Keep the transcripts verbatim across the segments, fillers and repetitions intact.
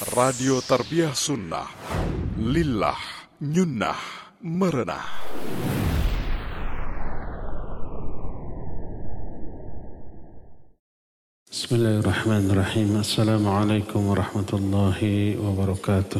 Radio Tarbiyah Sunnah, Lillah, Nyunnah, Merenah. Bismillahirrahmanirrahim. Assalamualaikum warahmatullahi wabarakatuh.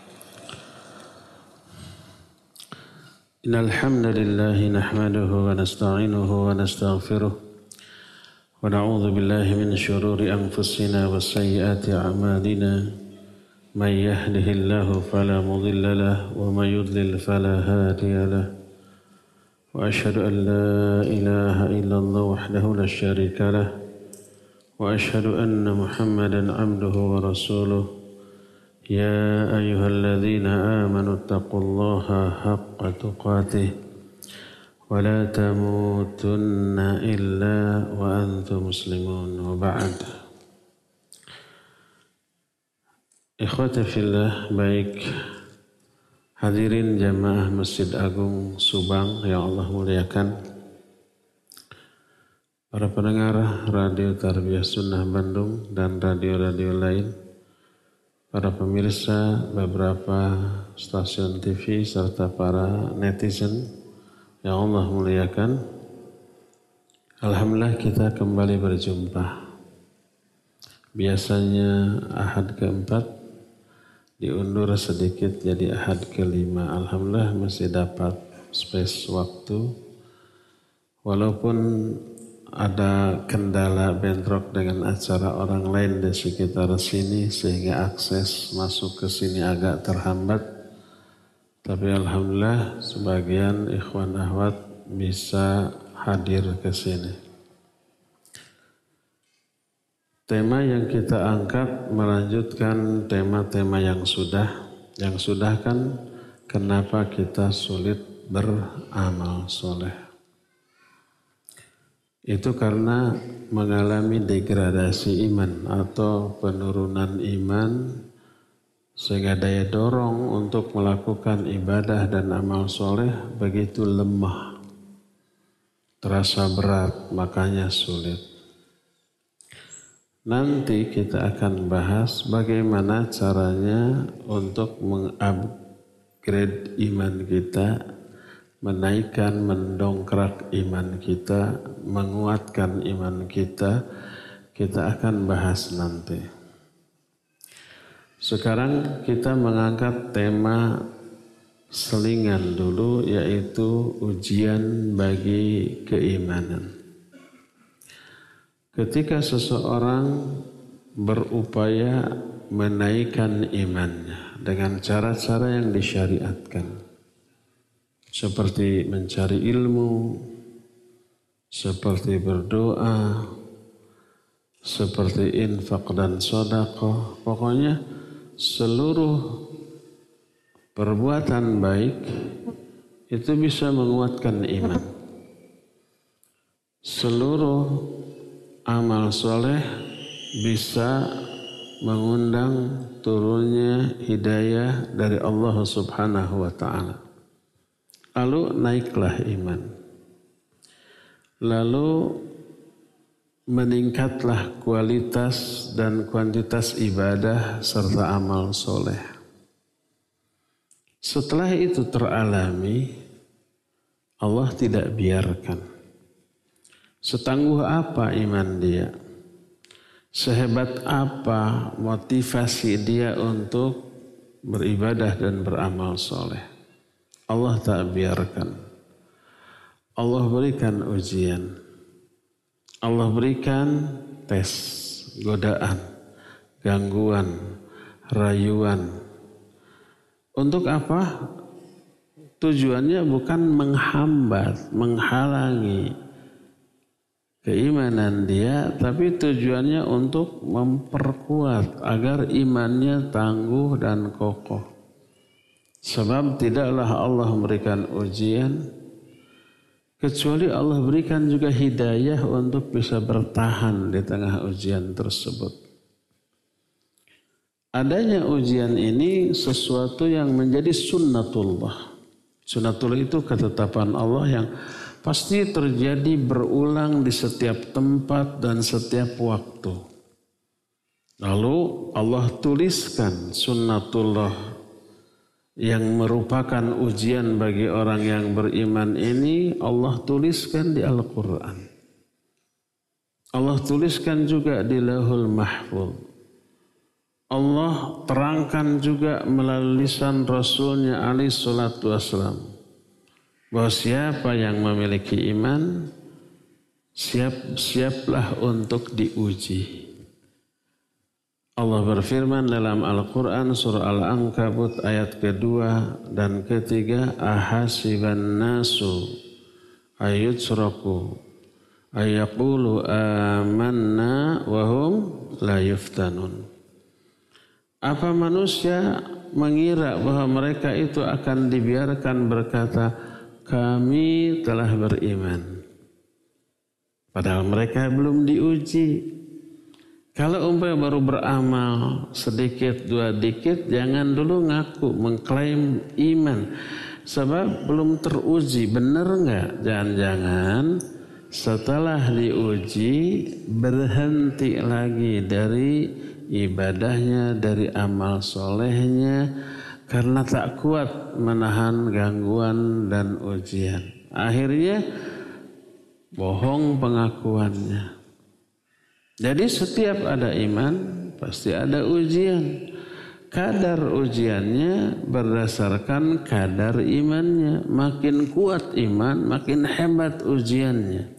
Innal hamdalillah nahmaduhu wa nasta'inuhu wa nastaghfiruh wa na'udzu billahi min shururi anfusina wa sayyiati a'malina. May yahdihillahu fala mudilla lahu wa may yudlil fala hadiya lahu. Wa asyhadu an la ilaha illallah wahdahu la syarika lahu. Wa asyhadu anna Muhammadan abduhu wa rasuluh. Ya ayyuhalladzina amanu taqullaha haqqa tuqatih wa la tamutunna illa wa antum muslimun. Wa ba'd. Ikhwati fillah, baik hadirin jamaah Masjid Agung Subang yang Allah muliakan, para pendengar Radio Tarbiyah Sunnah Bandung dan radio-radio lain, para pemirsa beberapa stasiun T V, serta para netizen yang Allah muliakan. Alhamdulillah kita kembali berjumpa. Biasanya Ahad keempat, diundur sedikit jadi Ahad kelima. Alhamdulillah masih dapat space waktu. Walaupun ada kendala bentrok dengan acara orang lain di sekitar sini sehingga akses masuk ke sini agak terhambat. Tapi alhamdulillah sebagian ikhwan akhwat bisa hadir ke sini. Tema yang kita angkat melanjutkan tema-tema yang sudah. Yang sudah kan kenapa kita sulit beramal soleh. Itu karena mengalami degradasi iman atau penurunan iman, sehingga daya dorong untuk melakukan ibadah dan amal soleh begitu lemah. Terasa berat, makanya sulit. Nanti kita akan bahas bagaimana caranya untuk mengupgrade iman kita, menaikkan, mendongkrak iman kita, menguatkan iman kita. Kita akan bahas nanti. Sekarang kita mengangkat tema selingan dulu, yaitu ujian bagi keimanan. Ketika seseorang berupaya menaikkan imannya dengan cara-cara yang disyariatkan, seperti mencari ilmu, seperti berdoa, seperti infak dan sedekah, pokoknya seluruh perbuatan baik itu bisa menguatkan iman. Seluruh amal soleh bisa mengundang turunnya hidayah dari Allah Subhanahu wa ta'ala. Lalu naiklah iman. Lalu meningkatlah kualitas dan kuantitas ibadah serta amal soleh. Setelah itu teralami, Allah tidak biarkan. Setangguh apa iman dia, sehebat apa motivasi dia untuk beribadah dan beramal soleh, Allah tak biarkan. Allah berikan ujian. Allah berikan tes, godaan, gangguan, rayuan. Untuk apa? Tujuannya bukan menghambat, menghalangi keimanan dia, tapi tujuannya untuk memperkuat agar imannya tangguh dan kokoh. Sebab tidaklah Allah memberikan ujian kecuali Allah berikan juga hidayah untuk bisa bertahan di tengah ujian tersebut. Adanya ujian ini sesuatu yang menjadi sunnatullah. Sunnatullah itu ketetapan Allah yang pasti terjadi berulang di setiap tempat dan setiap waktu. Lalu Allah tuliskan sunnatullah yang merupakan ujian bagi orang yang beriman ini, Allah tuliskan di Al-Quran. Allah tuliskan juga di Lauhul Mahfuz. Allah terangkan juga melalui lisan Rasulnya alaihi salatu wassalam, bahwa siapa yang memiliki iman, siap siaplah untuk diuji. Allah berfirman dalam Al-Quran surah Al-Ankabut ayat kedua dan ketiga, ahasiban nasu ayutsraku ayaqulu amanna wahum la yuftanun. Apa manusia mengira bahwa mereka itu akan dibiarkan berkata, kami telah beriman, padahal mereka belum diuji. Kalau umpamanya baru beramal sedikit dua dikit, jangan dulu ngaku mengklaim iman, sebab belum teruji. Benar nggak? Jangan-jangan setelah diuji berhenti lagi dari ibadahnya, dari amal solehnya, karena tak kuat menahan gangguan dan ujian. Akhirnya bohong pengakuannya. Jadi setiap ada iman pasti ada ujian. Kadar ujiannya berdasarkan kadar imannya. Makin kuat iman, makin hebat ujiannya.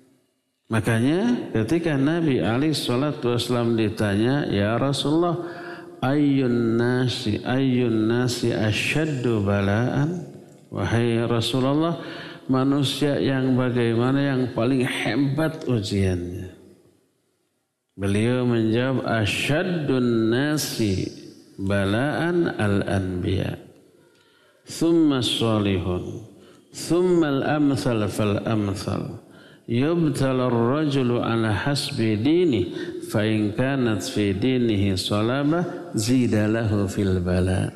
Makanya ketika Nabi alaihi salatu wasallam ditanya, ya Rasulullah, ayyun nasi ayyun nasi asyaddu balaan? Wahai Rasulullah, manusia yang bagaimana yang paling hebat ujiannya? Beliau menjawab, asyaddun nasi balaan al-anbiya, thumma salihun, thumma al-amthal fal-amthal, yubtala ar-rajulu ala hasbi dini, fa in kanat fi dinihi salabah zida lahu fil bala.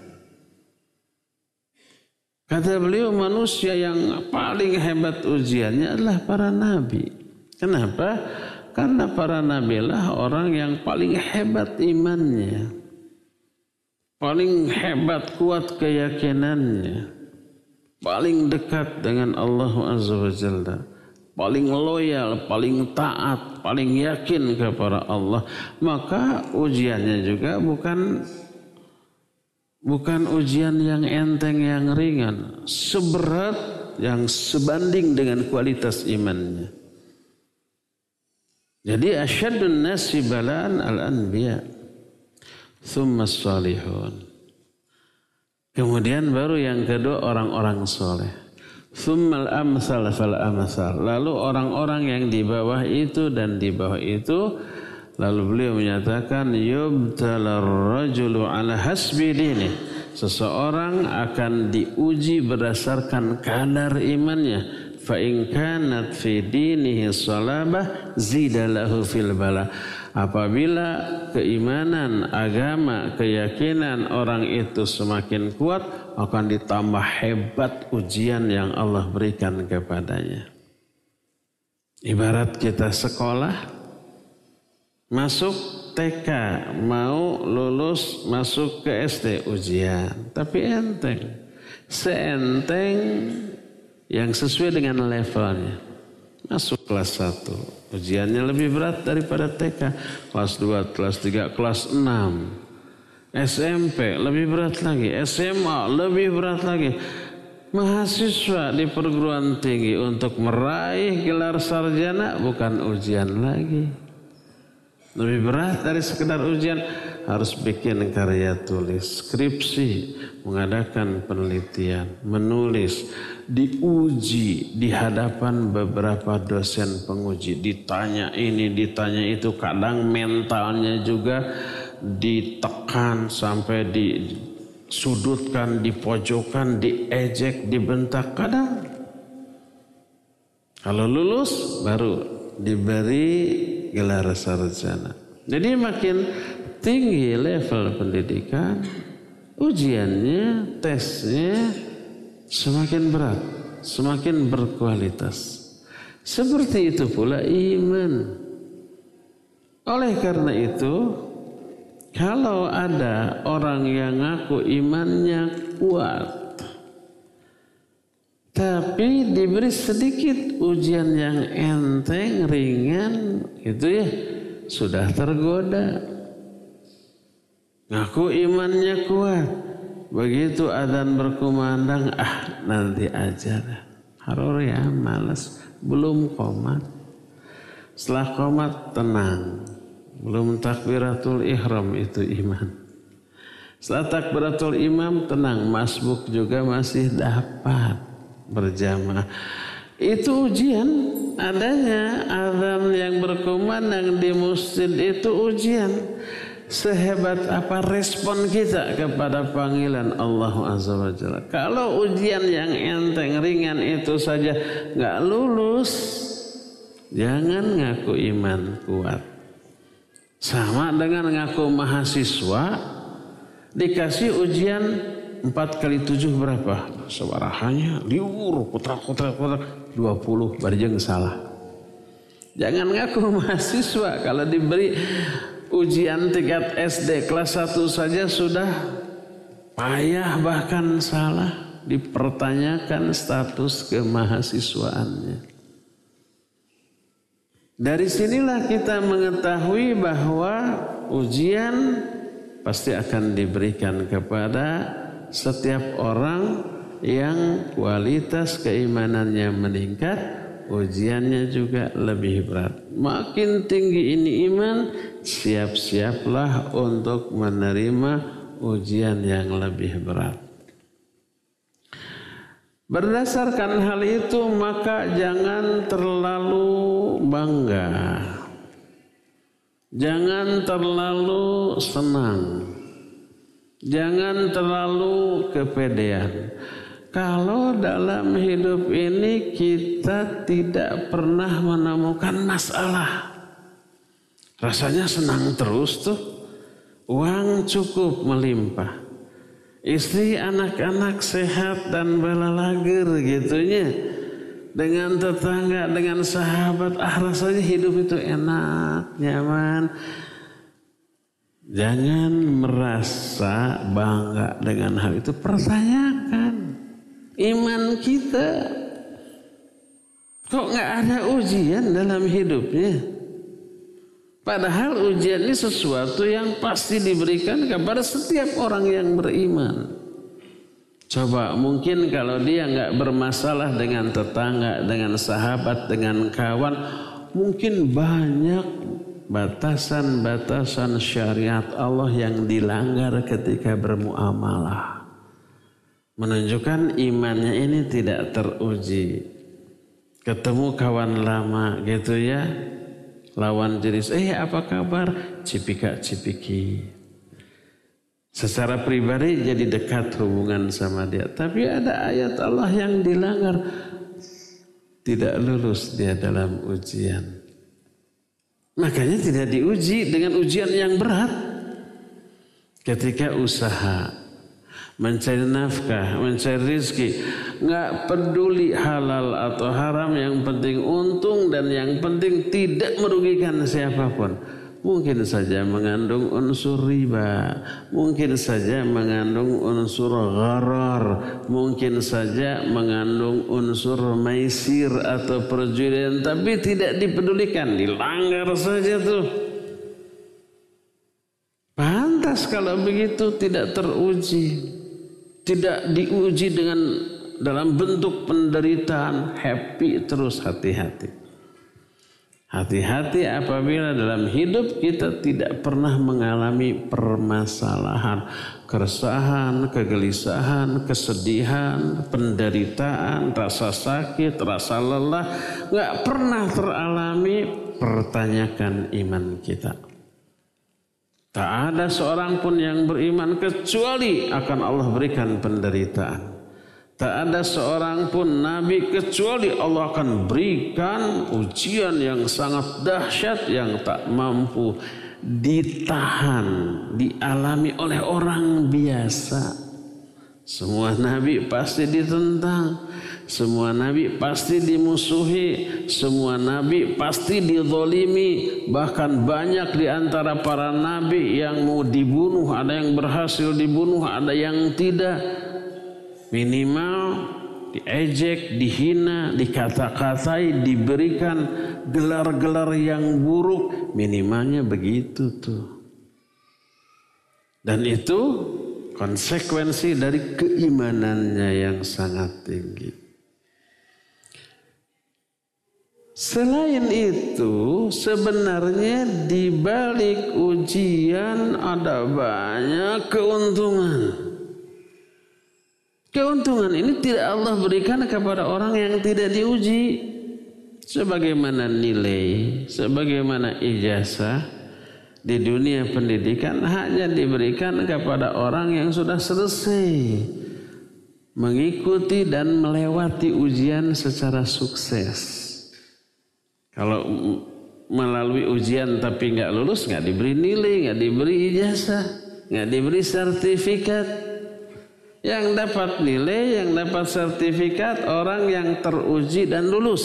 Kata beliau, manusia yang paling hebat ujiannya adalah para nabi. Kenapa? Karena para nabilah orang yang paling hebat imannya, paling hebat kuat keyakinannya, paling dekat dengan Allah Azza wa Jalla, paling loyal, paling taat, paling yakin kepada Allah. Maka ujiannya juga bukan bukan ujian yang enteng, yang ringan, seberat yang sebanding dengan kualitas imannya. Jadi asyaddun nasi balaan al-anbiya, thumma salihun. Kemudian baru yang kedua orang-orang soleh. Thumma al-amthal fal-amthal. Lalu orang-orang yang di bawah itu dan di bawah itu. Lalu beliau menyatakan, yubtalar rajulu ala hasbi dini. Seseorang akan diuji berdasarkan kadar imannya. Fa in kanat fi dinihi salabah zida lahu fil bala. Apabila keimanan, agama, keyakinan orang itu semakin kuat, akan ditambah hebat ujian yang Allah berikan kepadanya. Ibarat kita sekolah, masuk T K, mau lulus masuk ke S D, ujian. Tapi enteng, seenteng yang sesuai dengan levelnya. Masuk kelas satu, ujiannya lebih berat daripada T K. Kelas dua, kelas tiga, kelas enam. S M P lebih berat lagi. S M A lebih berat lagi. Mahasiswa di perguruan tinggi untuk meraih gelar sarjana bukan ujian lagi. Lebih berat dari sekedar ujian, harus bikin karya tulis, skripsi, mengadakan penelitian, menulis, diuji di hadapan beberapa dosen penguji, ditanya ini, ditanya itu, kadang mentalnya juga ditekan sampai disudutkan, dipojokkan, diejek, dibentak. Kadang kalau lulus baru diberi gelar sarjana. Jadi makin tinggi level pendidikan, ujiannya, tesnya semakin berat, semakin berkualitas. Seperti itu pula iman. Oleh karena itu, Kalau ada orang yang ngaku imannya kuat, tapi diberi sedikit ujian yang enteng, ringan, itu ya sudah tergoda. Ngaku imannya kuat, begitu adzan berkumandang, ah nanti aja dah. Harur ya, malas, belum qomat. Setelah qomat tenang, belum takbiratul ihram, itu iman. Setelah takbiratul imam tenang, masbuk juga masih dapat berjamaah. Itu ujian. Adanya azan yang berkumandang di masjid itu ujian. Sehebat apa respon kita kepada panggilan Allah Azza wa Jalla. Kalau ujian yang enteng ringan itu saja nggak lulus, jangan ngaku iman kuat. Sama dengan ngaku mahasiswa, dikasih ujian empat kali tujuh berapa? Sewarahannya liur, kutra-kutra-kutra dua puluh, barjeng salah. Jangan ngaku mahasiswa kalau diberi ujian tingkat S D kelas satu saja sudah payah, bahkan salah, dipertanyakan status kemahasiswaannya. Dari sinilah kita mengetahui bahwa ujian pasti akan diberikan kepada setiap orang yang kualitas keimanannya meningkat, ujiannya juga lebih berat. Makin tinggi ini iman, siap-siaplah untuk menerima ujian yang lebih berat. Berdasarkan hal itu, maka jangan terlalu bangga, jangan terlalu senang, jangan terlalu kepedean. Kalau dalam hidup ini kita tidak pernah menemukan masalah, rasanya senang terus tuh, uang cukup melimpah, istri anak-anak sehat dan balalager gitunya, dengan tetangga, dengan sahabat, ah rasanya hidup itu enak, nyaman. Jangan merasa bangga dengan hal itu, pertanyakan iman kita. Kok nggak ada ujian dalam hidupnya? Padahal ujian ini sesuatu yang pasti diberikan kepada setiap orang yang beriman. Coba mungkin kalau dia nggak bermasalah dengan tetangga, dengan sahabat, dengan kawan, mungkin banyak batasan-batasan syariat Allah yang dilanggar ketika bermuamalah. Menunjukkan imannya ini tidak teruji. Ketemu kawan lama gitu ya, lawan jenis, eh apa kabar? Cipika-cipiki. Secara pribadi jadi dekat hubungan sama dia. Tapi ada ayat Allah yang dilanggar. Tidak lulus dia dalam ujian. Makanya tidak diuji dengan ujian yang berat. Ketika usaha, mencari nafkah, mencari rezeki, nggak peduli halal atau haram, yang penting untung dan yang penting tidak merugikan siapapun. Mungkin saja mengandung unsur riba, mungkin saja mengandung unsur gharar, mungkin saja mengandung unsur maisir atau perjudian, tapi tidak dipedulikan, dilanggar saja tuh. Pantas kalau begitu tidak teruji, tidak diuji dengan dalam bentuk penderitaan, happy terus, hati-hati. Hati-hati apabila dalam hidup kita tidak pernah mengalami permasalahan, keresahan, kegelisahan, kesedihan, penderitaan, rasa sakit, rasa lelah, nggak pernah teralami, pertanyakan iman kita. Tak ada seorang pun yang beriman kecuali akan Allah berikan penderitaan. Tak ada seorang pun nabi kecuali Allah akan berikan ujian yang sangat dahsyat yang tak mampu ditahan, dialami oleh orang biasa. Semua nabi pasti ditentang. Semua nabi pasti dimusuhi, semua nabi pasti dizalimi. Bahkan banyak di antara para nabi yang mau dibunuh, ada yang berhasil dibunuh, ada yang tidak. Minimal diejek, dihina, dikata-katai, diberikan gelar-gelar yang buruk. Minimalnya begitu tuh. Dan itu konsekuensi dari keimanannya yang sangat tinggi. Selain itu, sebenarnya di balik ujian ada banyak keuntungan. Keuntungan ini tidak Allah berikan kepada orang yang tidak diuji. Sebagaimana nilai, sebagaimana ijazah di dunia pendidikan hanya diberikan kepada orang yang sudah selesai mengikuti dan melewati ujian secara sukses. Kalau melalui ujian tapi nggak lulus, nggak diberi nilai, nggak diberi ijazah, nggak diberi sertifikat. Yang dapat nilai, yang dapat sertifikat orang yang teruji dan lulus.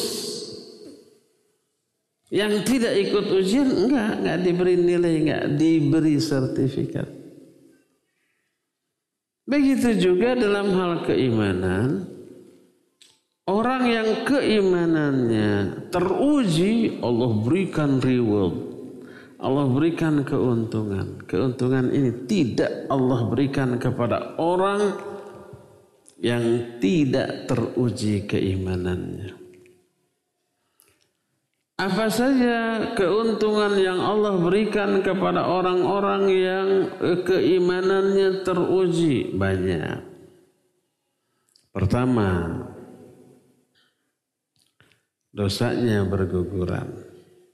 Yang tidak ikut ujian enggak, enggak diberi nilai, enggak diberi sertifikat. Begitu juga dalam hal keimanan. Orang yang keimanannya teruji, Allah berikan reward. Allah berikan keuntungan. Keuntungan ini tidak Allah berikan kepada orang yang tidak teruji keimanannya. Apa saja keuntungan yang Allah berikan kepada orang-orang yang keimanannya teruji? Banyak. Pertama, dosanya berguguran.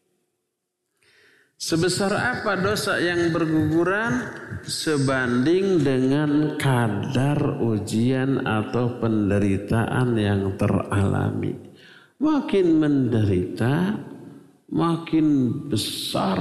Sebesar apa dosa yang berguguran? Sebanding dengan kadar ujian atau penderitaan yang teralami. Makin menderita, makin besar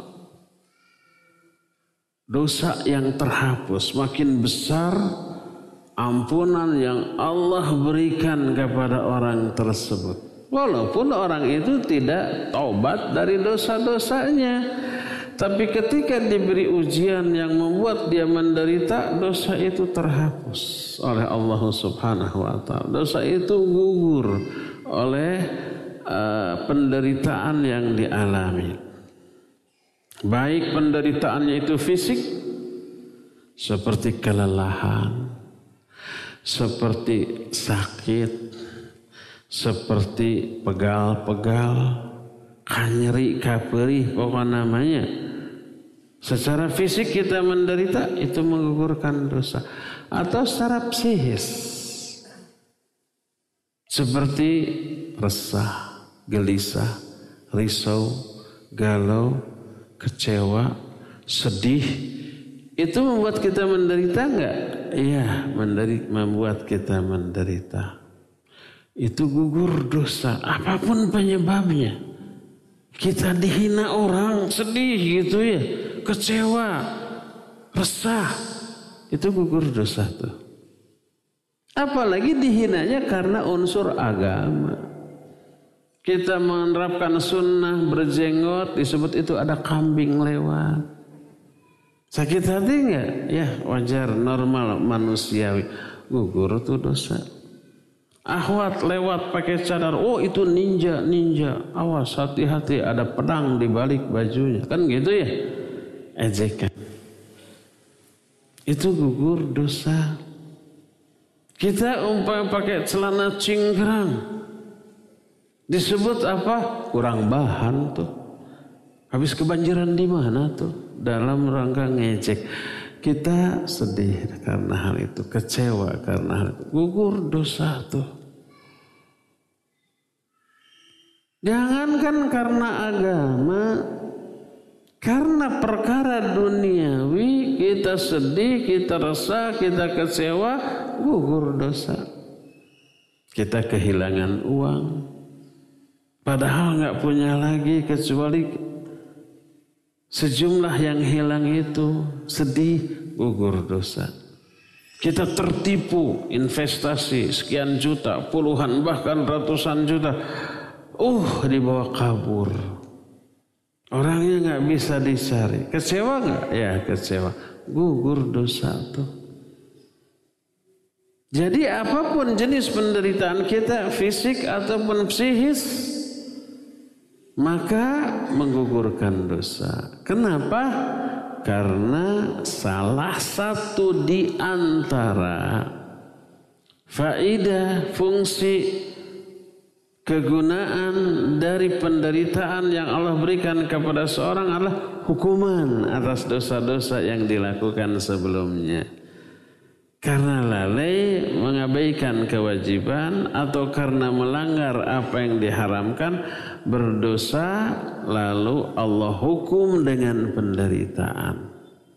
dosa yang terhapus, makin besar ampunan yang Allah berikan kepada orang tersebut. Walaupun orang itu tidak taubat dari dosa-dosanya, tapi ketika diberi ujian yang membuat dia menderita, dosa itu terhapus oleh Allah Subhanahu wa taala. Dosa itu gugur oleh uh, penderitaan yang dialami. Baik penderitaannya itu fisik, seperti kelelahan, seperti sakit, seperti pegal-pegal, kanyeri, kaperih, pokok namanya. Secara fisik kita menderita, itu menggugurkan dosa. Atau secara psikis, seperti resah, gelisah, risau, galau, kecewa, sedih. Itu membuat kita menderita enggak? Iya, menderita, membuat kita menderita. Itu gugur dosa, apapun penyebabnya. Kita dihina orang, sedih gitu ya, kecewa, resah, itu gugur dosa tuh. Apalagi dihinanya karena unsur agama. Kita menerapkan sunnah berjenggot, disebut itu ada kambing lewat. Sakit hati enggak? Ya wajar, normal, manusiawi. Gugur tuh dosa. Akhwat lewat pakai cadar, oh itu ninja, ninja. Awas, hati-hati, ada pedang di balik bajunya. Kan gitu ya? Ejekan. Itu gugur dosa. Kita umpama pakai celana cingkrang. Disebut apa? Kurang bahan tuh. Habis kebanjiran di mana tuh? Dalam rangka ngejek. Kita sedih karena hal itu, kecewa karena hal itu. Gugur dosa tuh. Jangankan karena agama, karena perkara duniawi kita sedih, kita resah, kita kecewa, gugur dosa. Kita kehilangan uang, padahal nggak punya lagi kecuali sejumlah yang hilang itu, sedih, gugur dosa. Kita tertipu investasi sekian juta, puluhan bahkan ratusan juta. Uh, dibawa kabur. Orangnya nggak bisa dicari. Kecewa nggak? Ya kecewa. Gugur dosa tuh. Jadi apapun jenis penderitaan kita, fisik ataupun psikis, maka menggugurkan dosa. Kenapa? Karena salah satu di antara faidah, fungsi, kegunaan dari penderitaan yang Allah berikan kepada seorang adalah hukuman atas dosa-dosa yang dilakukan sebelumnya. Karena lalai mengabaikan kewajiban atau karena melanggar apa yang diharamkan, berdosa, lalu Allah hukum dengan penderitaan.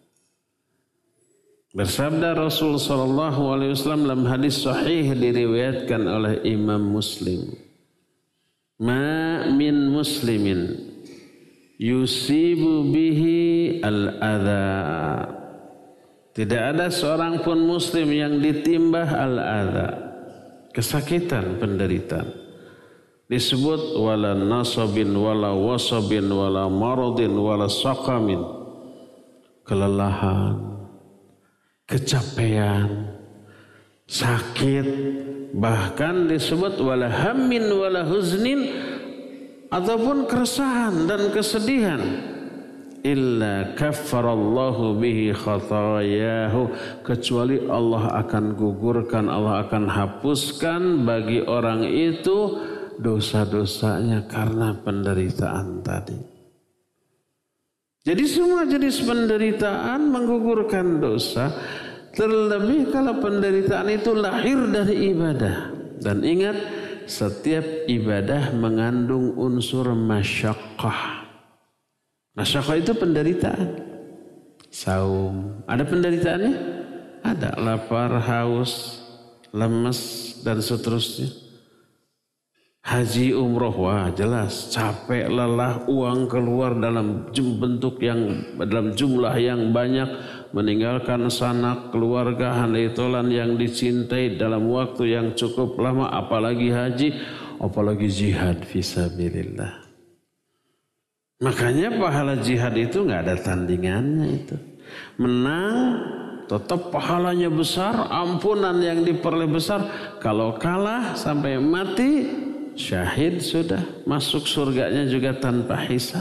Bersabda Rasul sallallahu alaihi wasallam dalam hadis sahih diriwayatkan oleh Imam Muslim, "Ma min muslimin yusibu bihi al-adha." Tidak ada seorang pun muslim yang ditimbah al-adha, kesakitan, penderitaan. Disebut wala nasabin wala wasabin wala maradin wala saqamin, kelelahan, kecapean, sakit, bahkan disebut wala hammin wala huznin, ataupun keresahan dan kesedihan. Illa kaffarallahu bihi khatayahu, kecuali Allah akan gugurkan, Allah akan hapuskan bagi orang itu dosa-dosanya karena penderitaan tadi. Jadi semua jenis penderitaan menggugurkan dosa, terlebih kalau penderitaan itu lahir dari ibadah. Dan ingat, setiap ibadah mengandung unsur masyaqqah. Masyaqqah itu penderitaan. Saum, ada penderitaannya? Ada, lapar, haus, lemes, dan seterusnya. Haji, umroh, wah jelas, capek, lelah, uang keluar dalam bentuk yang dalam jumlah yang banyak, meninggalkan sanak, keluarga, handai tolan yang dicintai dalam waktu yang cukup lama, apalagi haji, apalagi jihad fisabilillah. Makanya pahala jihad itu nggak ada tandingannya itu. Menang tetap pahalanya besar, ampunan yang diperoleh besar. Kalau kalah sampai mati, syahid sudah, masuk surganya juga tanpa hisab.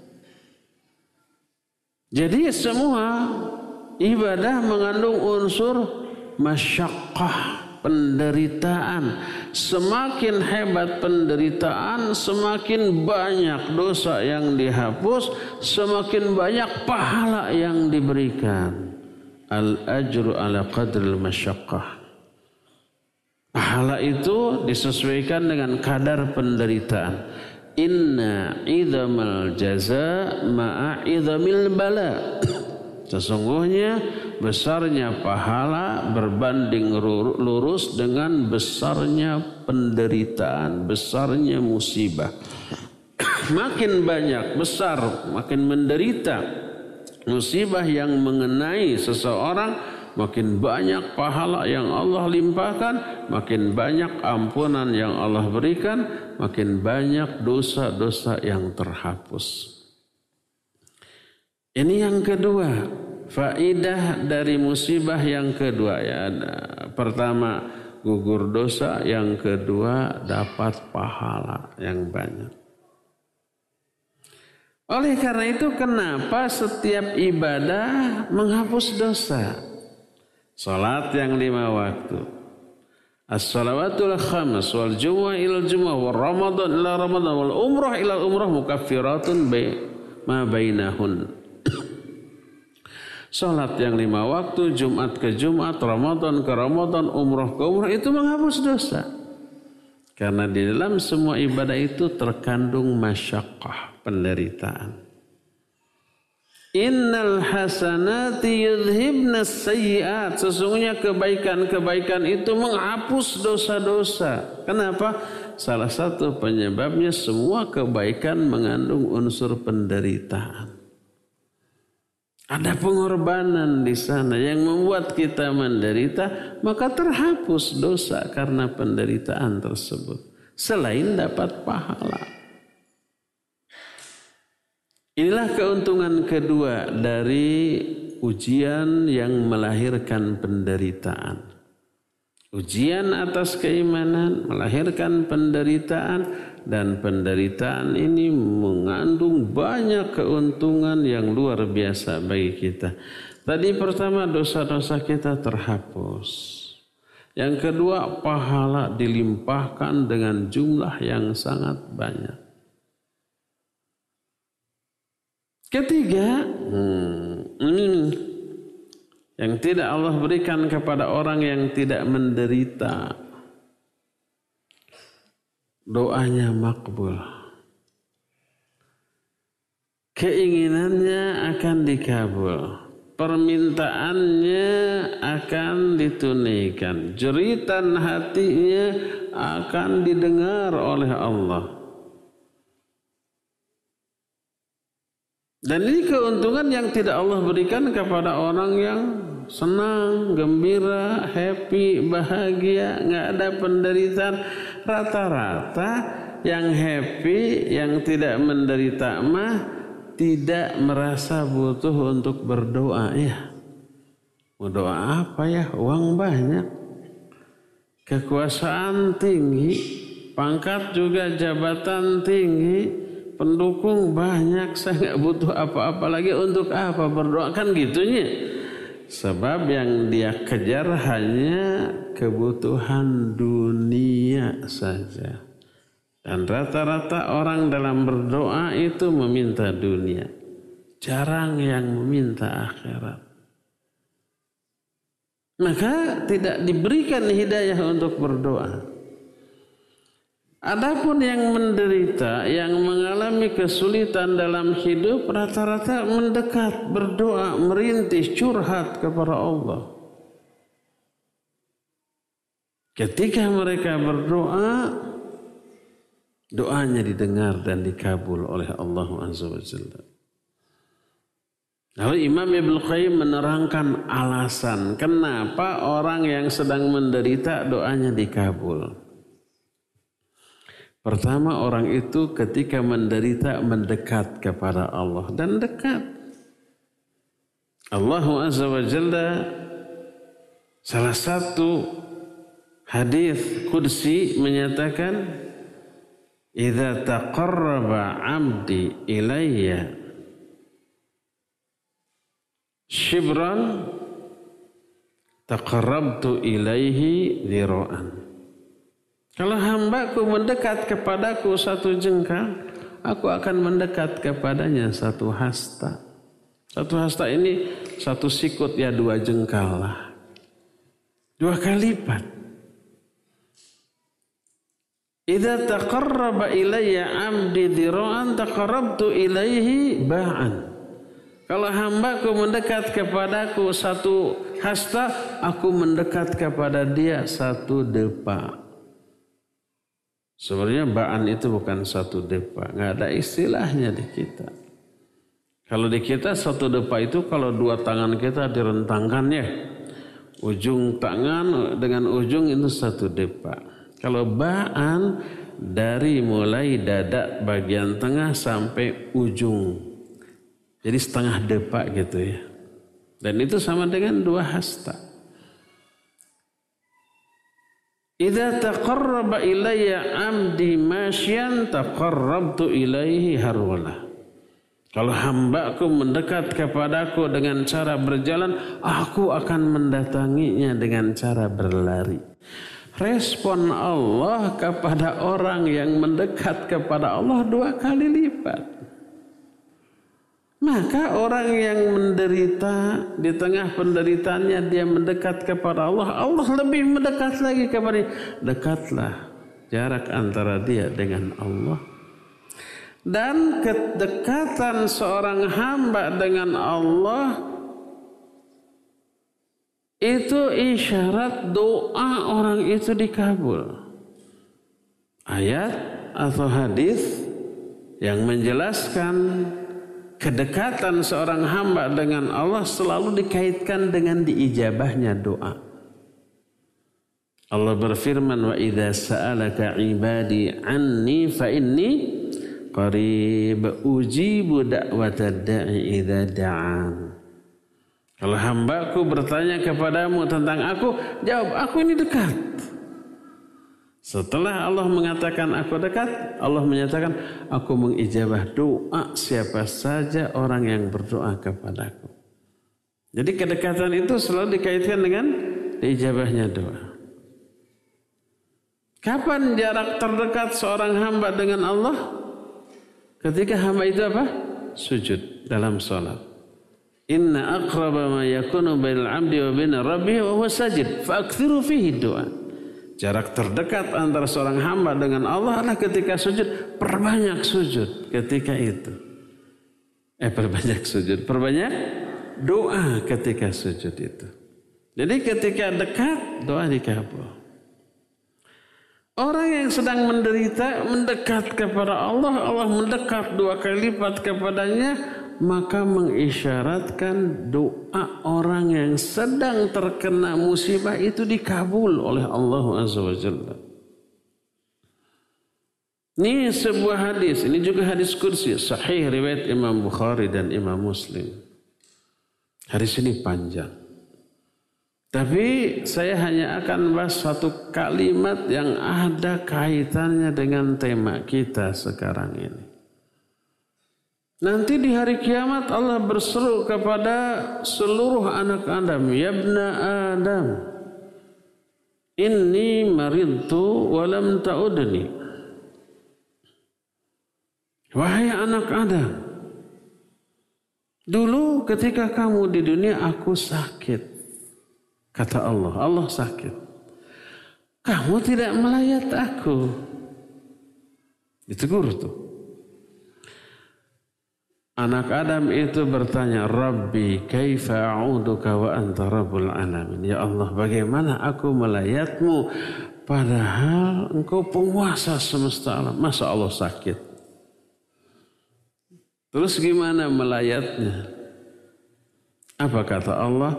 Jadi semua ibadah mengandung unsur masyaqqah, penderitaan. Semakin hebat penderitaan, semakin banyak dosa yang dihapus, semakin banyak pahala yang diberikan. Al-ajru ala qadril masyaqqah. Pahala itu disesuaikan dengan kadar penderitaan. Inna idhamal jaza ma'a idhamil bala. Sesungguhnya besarnya pahala berbanding lurus dengan besarnya penderitaan, besarnya musibah. Makin banyak, besar, makin menderita musibah yang mengenai seseorang, makin banyak pahala yang Allah limpahkan, makin banyak ampunan yang Allah berikan, makin banyak dosa-dosa yang terhapus. Ini yang kedua, faidah dari musibah yang kedua ya. Pertama, gugur dosa, yang kedua dapat pahala yang banyak. Oleh karena itu kenapa setiap ibadah menghapus dosa? Salat yang lima waktu, as-salawatul khams, wal jumu'ah ilal jumu'ah, wal ramadan ila ramadan, wal umrah ilal umrah, mukaffiratun ma bainahun. Salat yang lima waktu, Jumat ke Jumat, Ramadan ke Ramadan, umrah ke umrah, itu menghapus dosa. Karena di dalam semua ibadah itu terkandung masyaqqah, penderitaan. Innal hasanati yudhibnas sayyi'at. Sesungguhnya kebaikan-kebaikan itu menghapus dosa-dosa. Kenapa? Salah satu penyebabnya semua kebaikan mengandung unsur penderitaan. Ada pengorbanan di sana yang membuat kita menderita, maka terhapus dosa karena penderitaan tersebut. Selain dapat pahala. Inilah keuntungan kedua dari ujian yang melahirkan penderitaan. Ujian atas keimanan melahirkan penderitaan. Dan penderitaan ini mengandung banyak keuntungan yang luar biasa bagi kita. Tadi pertama dosa-dosa kita terhapus. Yang kedua pahala dilimpahkan dengan jumlah yang sangat banyak. Ketiga, hmm, hmm, yang tidak Allah berikan kepada orang yang tidak menderita. Doanya makbul. Keinginannya akan dikabul. Permintaannya akan ditunaikan. Jeritan hatinya akan didengar oleh Allah. Dan ini keuntungan yang tidak Allah berikan kepada orang yang senang, gembira, happy, bahagia, nggak ada penderitaan. Rata-rata yang happy, yang tidak menderita mah tidak merasa butuh untuk berdoa. Ya, mau doa apa ya? Uang banyak, kekuasaan tinggi, pangkat juga jabatan tinggi, pendukung banyak. Saya nggak butuh apa-apa lagi, untuk apa berdoa, kan gitunya. Sebab yang dia kejar hanya kebutuhan dunia saja. Dan rata-rata orang dalam berdoa itu meminta dunia. Jarang yang meminta akhirat. Maka tidak diberikan hidayah untuk berdoa. Adapun yang menderita, yang mengalami kesulitan dalam hidup, rata-rata mendekat, berdoa, merintih, curhat kepada Allah. Ketika mereka berdoa, doanya didengar dan dikabul oleh Allah Azza wa Jalla. Lalu Imam Ibnu Qayyim menerangkan alasan kenapa orang yang sedang menderita doanya dikabul. Pertama, orang itu ketika menderita mendekat kepada Allah, dan dekat. Allah Azza wa Jalla salah satu hadis qudsi menyatakan, "Idza taqarraba 'abdi ilayya shibran taqarrabtu ilaihi dhira'an." Kalau hambaku mendekat kepadaku satu jengkal, aku akan mendekat kepadanya satu hasta. Satu hasta ini satu sikut, ya dua jengkal lah. Dua kali lipat. Idza taqarraba ilayya 'abdi dhira'an taqarrabtu ilaihi ba'an. Kalau hambaku mendekat kepadaku satu hasta, aku mendekat kepada dia satu depa. Sebenarnya ba'an itu bukan satu depa, nggak ada istilahnya di kita. Kalau di kita satu depa itu kalau dua tangan kita direntangkan ya, ujung tangan dengan ujung itu satu depa. Kalau ba'an dari mulai dada bagian tengah sampai ujung, jadi setengah depa gitu ya. Dan itu sama dengan dua hasta. Idza taqarraba ilayya 'abdi masyan taqarrabtu ilaihi harwala. Kalau hambaku mendekat kepadaku dengan cara berjalan, aku akan mendatanginya dengan cara berlari. Respon Allah kepada orang yang mendekat kepada Allah dua kali lipat. Maka orang yang menderita, di tengah penderitaannya dia mendekat kepada Allah, Allah lebih mendekat lagi kepada dia. Dekatlah jarak antara dia dengan Allah. Dan kedekatan seorang hamba dengan Allah itu isyarat doa orang itu dikabul. Ayat atau hadis yang menjelaskan kedekatan seorang hamba dengan Allah selalu dikaitkan dengan diijabahnya doa. Allah berfirman, wa idza sa'alaka ibadi anni fa inni qarib ujibu da'watad da'i idza da'an. Kalau hambaku bertanya kepadamu tentang aku, jawab, aku ini dekat. Setelah Allah mengatakan aku dekat, Allah menyatakan aku mengijabah doa siapa saja orang yang berdoa kepadaku. Jadi kedekatan itu selalu dikaitkan dengan diijabahnya doa. Kapan jarak terdekat seorang hamba dengan Allah? Ketika hamba itu apa? Sujud dalam salat. Inna aqraba ma yakunu bainal 'abdi wa baina rabbih wa huwa sajid fa aktsiru fihi doa. Jarak terdekat antara seorang hamba dengan Allah adalah ketika sujud. Perbanyak sujud ketika itu. Eh perbanyak sujud. Perbanyak doa ketika sujud itu. Jadi ketika dekat doa dikabul. Orang yang sedang menderita mendekat kepada Allah. Allah mendekat dua kali lipat kepadanya. Maka mengisyaratkan doa orang yang sedang terkena musibah itu dikabul oleh Allah Azza wa Jalla. Ini sebuah hadis, ini juga hadis kursi, sahih riwayat Imam Bukhari dan Imam Muslim. Hadis ini panjang. Tapi saya hanya akan bahas satu kalimat yang ada kaitannya dengan tema kita sekarang ini. Nanti di hari kiamat Allah berseru kepada seluruh anak Adam, ya ibna Adam, inni maridtu wa lam ta'udni. Wahai anak Adam, dulu ketika kamu di dunia aku sakit. Kata Allah, Allah sakit. Kamu tidak melayat aku. Ditegur tuh. Anak Adam itu bertanya, Rabbi kaifa a'uduka wa anta rabbul alamin. Ya Allah, bagaimana aku melayatmu padahal engkau penguasa semesta alam. Masa Allah sakit? Terus gimana melayatnya? Apa kata Allah?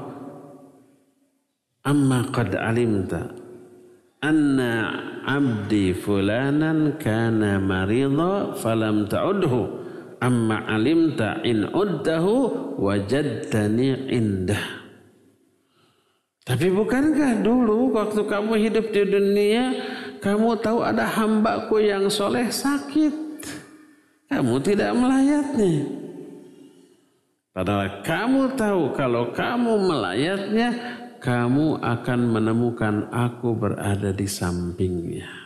Amma qad alimta anna abdi fulanan kana marida falam ta'udhu. Amma alimta in uddahu wajadtani indah. Tapi bukankah dulu waktu kamu hidup di dunia kamu tahu ada hambaku yang soleh sakit, kamu tidak melayatnya. Padahal kamu tahu kalau kamu melayatnya kamu akan menemukan aku berada di sampingnya.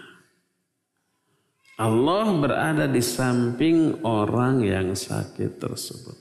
Allah berada di samping orang yang sakit tersebut.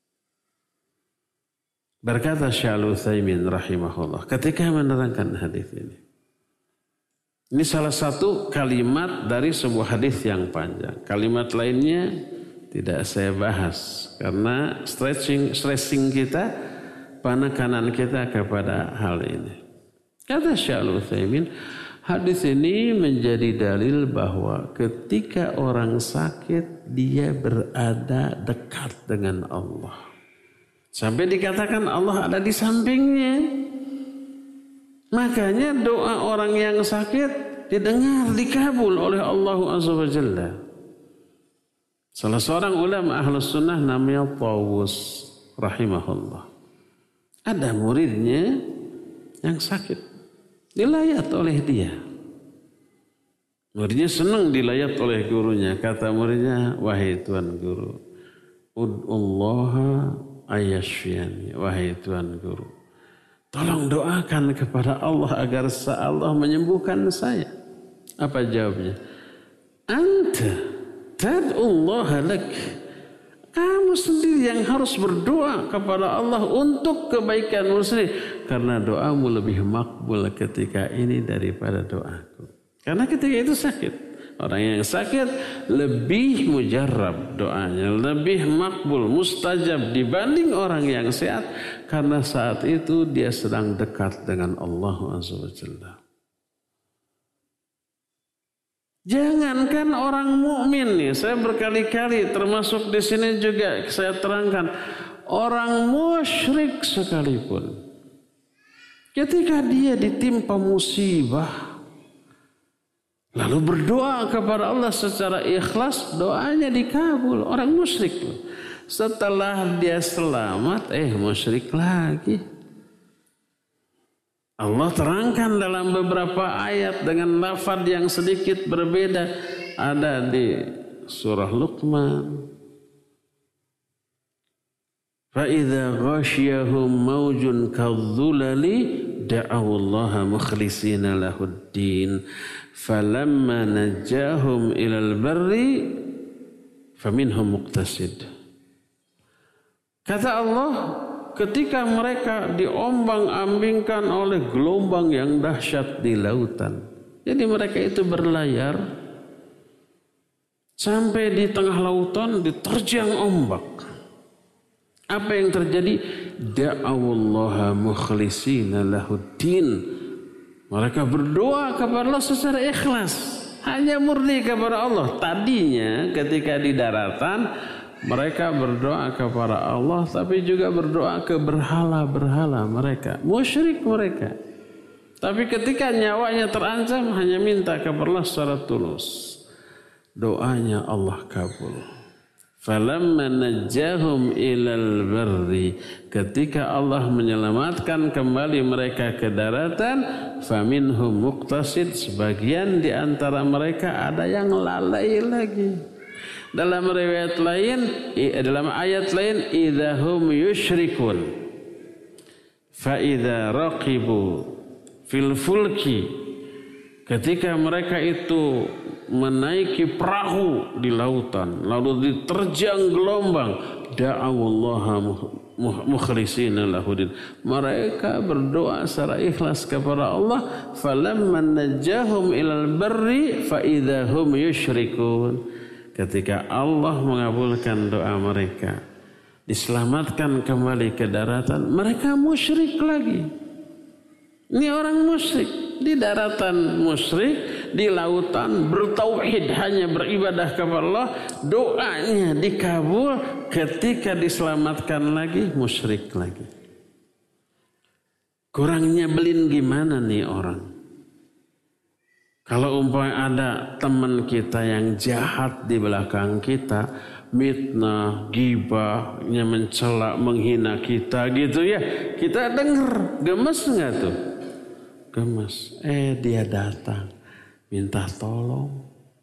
Berkata Syekh Al-Utsaimin rahimahullah ketika menerangkan hadis ini. Ini salah satu kalimat dari sebuah hadis yang panjang. Kalimat lainnya tidak saya bahas karena stretching stressing kita, penekanan kita kepada hal ini. Kata Syekh Al-Utsaimin, hadis ini menjadi dalil bahwa ketika orang sakit dia berada dekat dengan Allah. Sampai dikatakan Allah ada di sampingnya. Makanya doa orang yang sakit didengar, dikabul oleh Allah Azza wa Jalla. Salah seorang ulama Ahlus Sunnah namanya Tawus rahimahullah. Ada muridnya yang sakit. Dilayat oleh dia. Muridnya senang dilayat oleh gurunya. Kata muridnya, wahai Tuan Guru, ud'ullaha ayyashfiyani. Wahai Tuan Guru, tolong doakan kepada Allah agar Allah menyembuhkan saya. Apa jawabnya? Anta tad'ullaha lak. Kamu sendiri yang harus berdoa kepada Allah untuk kebaikanmu sendiri. Karena doamu lebih makbul ketika ini daripada doaku. Karena ketika itu sakit. Orang yang sakit lebih mujarab doanya. Lebih makbul, mustajab dibanding orang yang sehat. Karena saat itu dia sedang dekat dengan Allah Azza wa Jalla. Jangankan orang mukmin nih, saya berkali-kali termasuk di sini juga saya terangkan, orang musyrik sekalipun, ketika dia ditimpa musibah, lalu berdoa kepada Allah secara ikhlas, doanya dikabul. Orang musyrik, setelah dia selamat, eh musyrik lagi. Allah terangkan dalam beberapa ayat dengan lafaz yang sedikit berbeda. Ada di surah Luqman. فَإِذَا غَشِيَهُمْ مَوْجٌ كَالظُّلَلِ دَعَوُا اللَّهَ مُخْلِصِينَ لَهُ الدِّينَ فَلَمَّا نَجَّاهُمْ إِلَى الْبَرِّ فَمِنْهُمْ مُقْتَصِدٌ. Kata Allah, ketika mereka diombang-ambingkan oleh gelombang yang dahsyat di lautan. Jadi mereka itu berlayar sampai di tengah lautan diterjang ombak. Apa yang terjadi? Da'awullaha mukhlishina lahuddin. Mereka berdoa kepada Allah secara ikhlas, hanya murni kepada Allah. Tadinya ketika di daratan mereka berdoa kepada Allah, tapi juga berdoa ke berhala-berhala mereka, musyrik mereka. Tapi ketika nyawanya terancam, hanya minta kepada Allah secara tulus. Doanya Allah kabul. Falamma najjahum ilal barri, ketika Allah menyelamatkan kembali mereka ke daratan, faminhum muqtasid, sebagian di antara mereka ada yang lalai lagi. Dalam riwayat lain, dalam ayat lain, idahum yusyrikun fa idza raqibu fil fulki, ketika mereka itu menaiki perahu di lautan lalu diterjang gelombang, da'awullaha mukhlishina lahudin, mereka berdoa secara ikhlas kepada Allah. Falamma najjahum ilal barri fa idahum yusyrikun, ketika Allah mengabulkan doa mereka, diselamatkan kembali ke daratan, mereka musyrik lagi. Ini orang musyrik, di daratan musyrik, di lautan bertauhid, hanya beribadah kepada Allah, doanya dikabul. Ketika diselamatkan lagi, musyrik lagi. Kurang nyebelin gimana nih orang? Kalau umpamanya ada teman kita yang jahat di belakang kita, mitnah, ghibah, mencela, menghina kita gitu ya, kita denger, gemes nggak tuh? Gemes. Eh dia datang, minta tolong.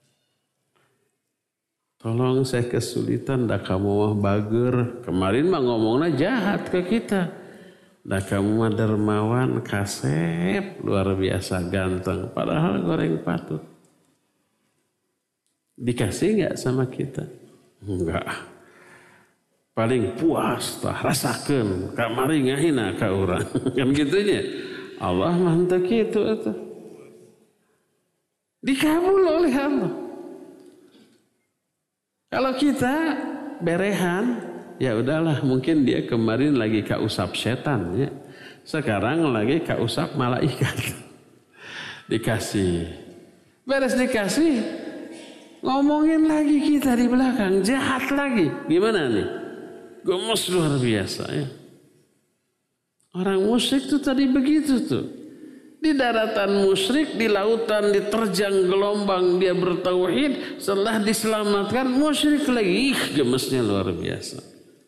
Tolong saya kesulitan, dah kamu mah bager. Kemarin mah ngomongnya jahat ke kita. Dah kamu mah dermawan, kasep, luar biasa ganteng. Padahal goreng patut. Dikasih nggak sama kita? Enggak. Paling puas tah, rasakan. Kamari ngahina ka urang. Kan gitunya. Allah mantap gitu itu. Dikabul oleh Allah. Kalau kita berehan, ya udahlah, mungkin dia kemarin lagi kausap setan ya. Sekarang lagi kausap malaikat. Dikasih. Beres dikasih, ngomongin lagi kita di belakang, jahat lagi. Gimana nih? Gemes luar biasa ya. Orang musyrik itu tadi begitu tuh. Di daratan musyrik, di lautan diterjang gelombang, dia bertauhid, setelah diselamatkan musyrik lagi. Ih, gemesnya luar biasa.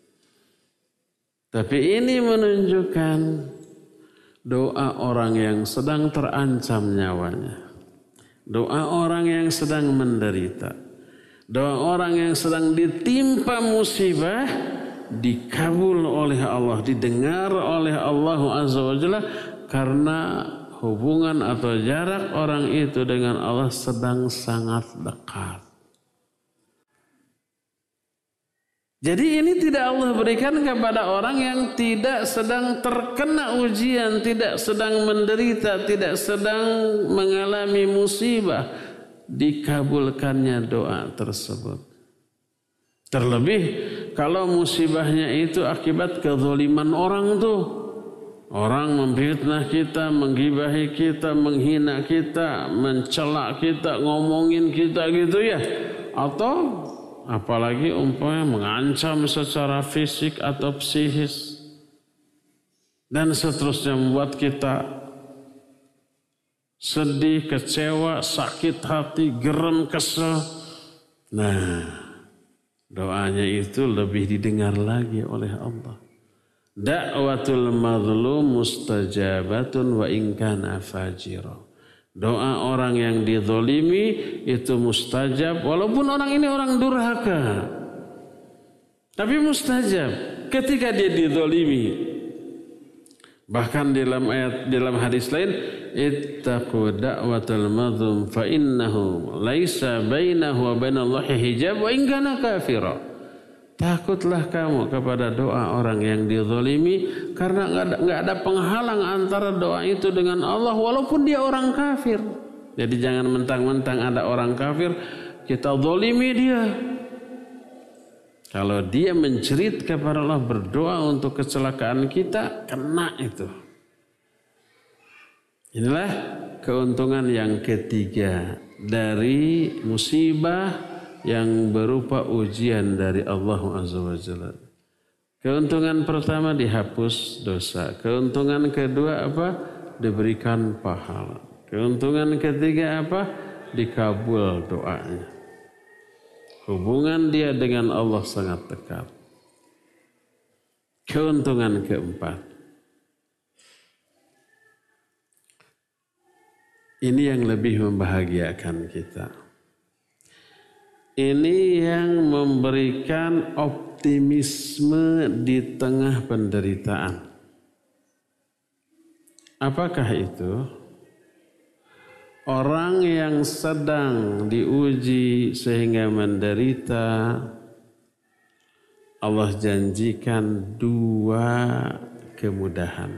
Tapi ini menunjukkan doa orang yang sedang terancam nyawanya. Doa orang yang sedang menderita. Doa orang yang sedang ditimpa musibah dikabul oleh Allah, didengar oleh Allah Azza wa Jalla, karena hubungan atau jarak orang itu dengan Allah sedang sangat dekat. Jadi ini tidak Allah berikan kepada orang yang tidak sedang terkena ujian, tidak sedang menderita, tidak sedang mengalami musibah, dikabulkannya doa tersebut. Terlebih kalau musibahnya itu akibat kezaliman orang tuh, Orang memfitnah kita, menggibahi kita, menghina kita, mencela kita, ngomongin kita gitu ya. Atau apalagi umpamanya mengancam secara fisik atau psikis. Dan seterusnya membuat kita sedih, kecewa, sakit hati, geram, kesel. Nah, doanya itu lebih didengar lagi oleh Allah. Da'watul mazlum mustajabatun wa in kana fajira. Doa orang yang dizalimi itu mustajab walaupun orang ini orang durhaka. Tapi mustajab ketika dia dizalimi. Bahkan dalam ayat dalam hadis lain, ittaqu da'watal mazlum fa innahu laisa bainahu wa bainallahi hijab wa in kana kafira. Takutlah kamu kepada doa orang yang dizalimi karena enggak ada, enggak ada penghalang antara doa itu dengan Allah walaupun dia orang kafir. Jadi jangan mentang-mentang ada orang kafir kita zalimi dia. Kalau dia menjerit kepada Allah berdoa untuk kecelakaan kita, kena itu. Inilah keuntungan yang ketiga dari musibah yang berupa ujian dari Allah Azza wa Jalla. Keuntungan pertama dihapus dosa. Keuntungan kedua apa? Diberikan pahala. Keuntungan ketiga apa? Dikabul doanya. Hubungan dia dengan Allah sangat dekat. Keuntungan keempat. Ini yang lebih membahagiakan kita. Ini yang memberikan optimisme di tengah penderitaan. Apakah itu? Orang yang sedang diuji sehingga menderita, Allah janjikan dua kemudahan,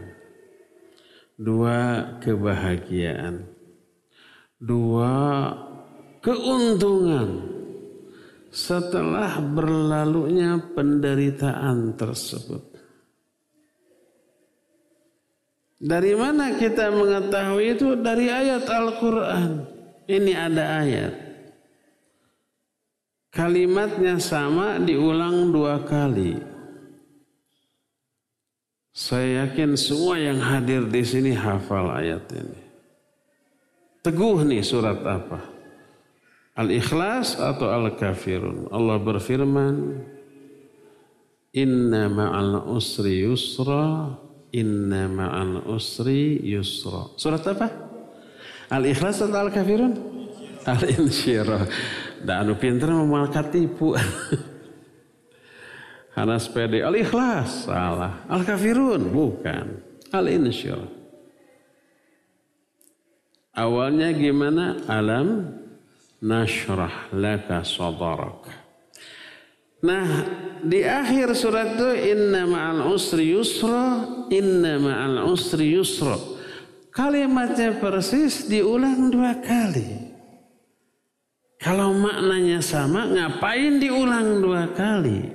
dua kebahagiaan, dua keuntungan setelah berlalunya penderitaan tersebut. Dari mana kita mengetahui itu? Dari ayat Al-Quran. Ini ada ayat. Kalimatnya sama diulang dua kali. Saya yakin semua yang hadir di sini hafal ayat ini. Teguh nih surat apa? Al-Ikhlas atau Al-Kafirun? Allah berfirman, Inna ma'al usri yusra, Inna ma'al usri yusra. Surat apa? Al-Ikhlas atau Al-Kafirun? Al-Insyirah. Dan anu pinter memalkat tipu. Karena sepede Al-Ikhlas salah. Al-Kafirun bukan. Al-Insyirah. Awalnya gimana? Alam nashrah laka sadrak. Nah, di akhir surat itu inna ma'al usri yusra, inna ma'al usri yusra. Kalimatnya persis diulang dua kali. Kalau maknanya sama, ngapain diulang dua kali?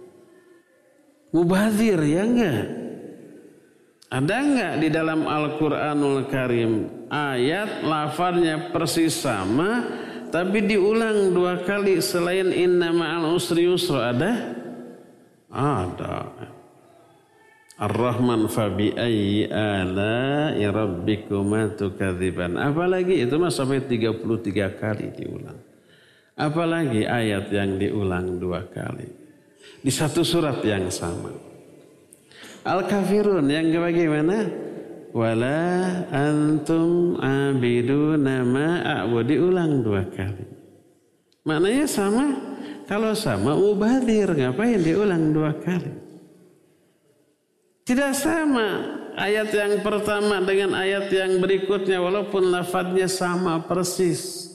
Mubazir ya enggak? Ada enggak di dalam Al-Quranul Karim ayat lafadznya persis sama tapi diulang dua kali selain inna ma'al usri yusra? Ada? Ada. Ar-Rahman fabi ayyi ala'i rabbikuma tukadziban. Apalagi itu mah sampai tiga puluh tiga kali diulang. Apalagi ayat yang diulang dua kali di satu surat yang sama. Al-Kafirun yang bagaimana? Wala antum abiduna ma a'budu, diulang dua kali. Maknanya sama? Kalau sama mubadzir, ngapain diulang dua kali? Tidak sama ayat yang pertama dengan ayat yang berikutnya walaupun lafadznya sama persis.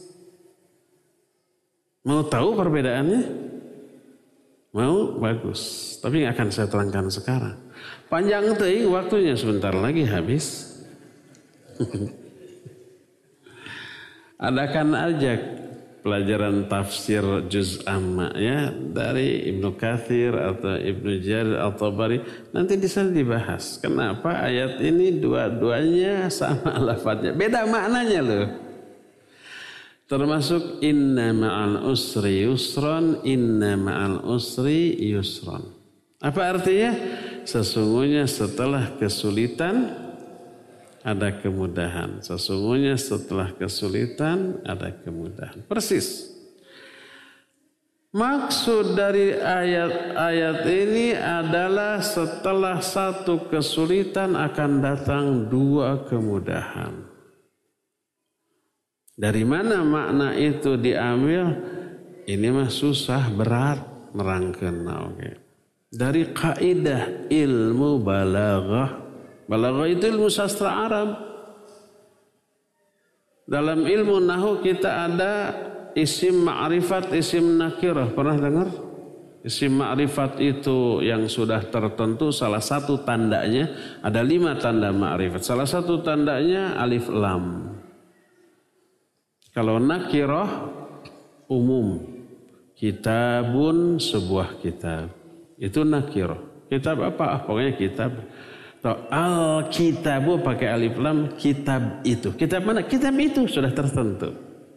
Mau tahu perbedaannya? Mau? Bagus. Tapi nggak akan saya terangkan sekarang. Panjang teuing waktunya, sebentar lagi habis. Adakan aja pelajaran tafsir juz amma ya dari Ibnu Katsir atau Ibnu Jarir At-Tabari nanti bisa dibahas. Kenapa ayat ini dua-duanya sama lafadznya, beda maknanya loh. Termasuk inna ma'al usri yusron, inna ma'al usri yusron. Apa artinya? Sesungguhnya setelah kesulitan ada kemudahan. Sesungguhnya setelah kesulitan ada kemudahan. Persis. Maksud dari ayat-ayat ini adalah setelah satu kesulitan akan datang dua kemudahan. Dari mana makna itu diambil? Ini mah susah, berat merangkena. Oke. Dari kaidah ilmu balaghah. Balaghah itu ilmu sastra Arab. Dalam ilmu nahwu kita ada isim ma'rifat, isim nakirah. Pernah dengar? Isim ma'rifat itu yang sudah tertentu, salah satu tandanya, ada lima tanda ma'rifat. Salah satu tandanya alif lam. Kalau nakirah umum, kitabun sebuah kitab, itu nakirah. Kitab apa? Pokoknya kitab. Al-kitabu pakai alif lam, kitab itu. Kitab mana? Kitab itu sudah tertentu.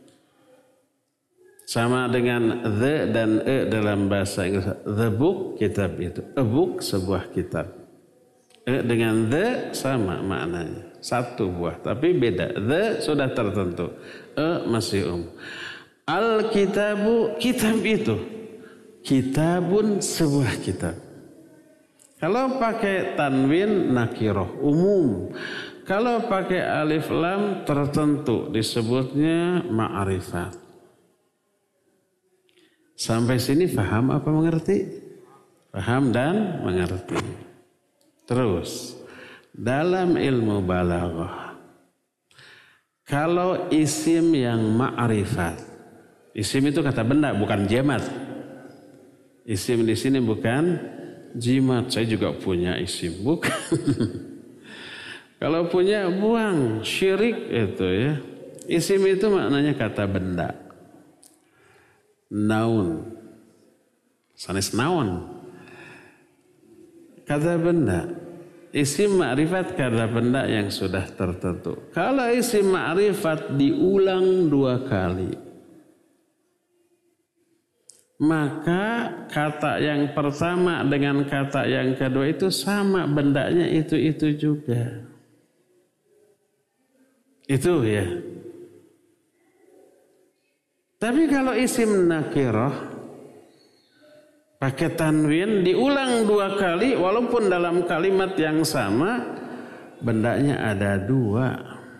Sama dengan the dan e dalam bahasa Inggris. The book, kitab itu. A book, sebuah kitab. E dengan the sama maknanya. Satu buah, tapi beda. The sudah tertentu. E masih um. Al-kitabu, kitab itu. Kitabun, sebuah kitab. Kalau pakai tanwin, nakiroh, umum. Kalau pakai alif lam, tertentu. Disebutnya ma'rifat. Sampai sini paham apa mengerti? Paham dan mengerti. Terus. Dalam ilmu balaghah, kalau isim yang ma'rifat, isim itu kata benda, bukan jimat. Isim di sini bukan jimat. Saya juga punya isim, bukan. Kalau punya buang, syirik itu ya. Isim itu maknanya kata benda. Naun, sanes naon, kata benda. Isim ma'rifat kata benda yang sudah tertentu. Kalau isim ma'rifat diulang dua kali, maka kata yang pertama dengan kata yang kedua itu sama, bendanya itu-itu juga. Itu ya. Tapi kalau isim nakirah pakai tanwin diulang dua kali walaupun dalam kalimat yang sama, bendanya ada dua.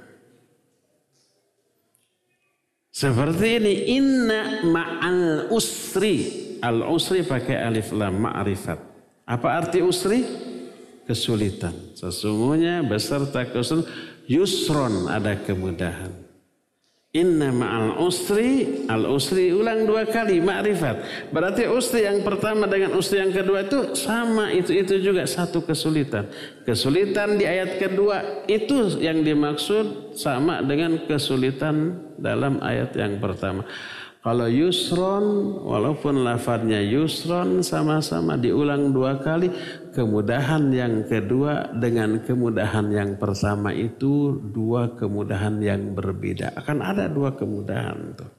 Seperti ini, inna ma'al usri. Al usri pakai alif lam, ma'rifat. Apa arti usri? Kesulitan. Sesungguhnya beserta kesulitan yusron, ada kemudahan. Inna ma'al usri, al usri ulang dua kali, ma'rifat. Berarti usri yang pertama dengan usri yang kedua itu sama, itu-itu juga satu kesulitan. Kesulitan di ayat kedua itu yang dimaksud sama dengan kesulitan dalam ayat yang pertama. Kalau yusron, walaupun lafadznya yusron sama-sama diulang dua kali, kemudahan yang kedua dengan kemudahan yang pertama itu dua kemudahan yang berbeda. Akan ada dua kemudahan tuh.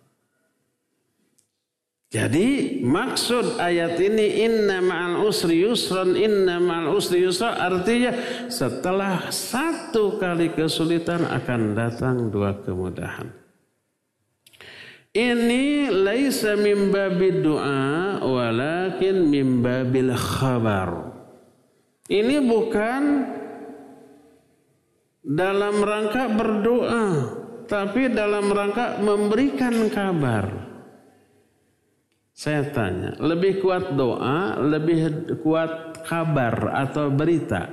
Jadi maksud ayat ini inna ma'al usri yusron, inna ma'al usri yusron, artinya setelah satu kali kesulitan akan datang dua kemudahan. Ini laisa min babid du'a walakin min babil khabar. Ini bukan dalam rangka berdoa, tapi dalam rangka memberikan kabar. Saya tanya, lebih kuat doa, lebih kuat kabar atau berita?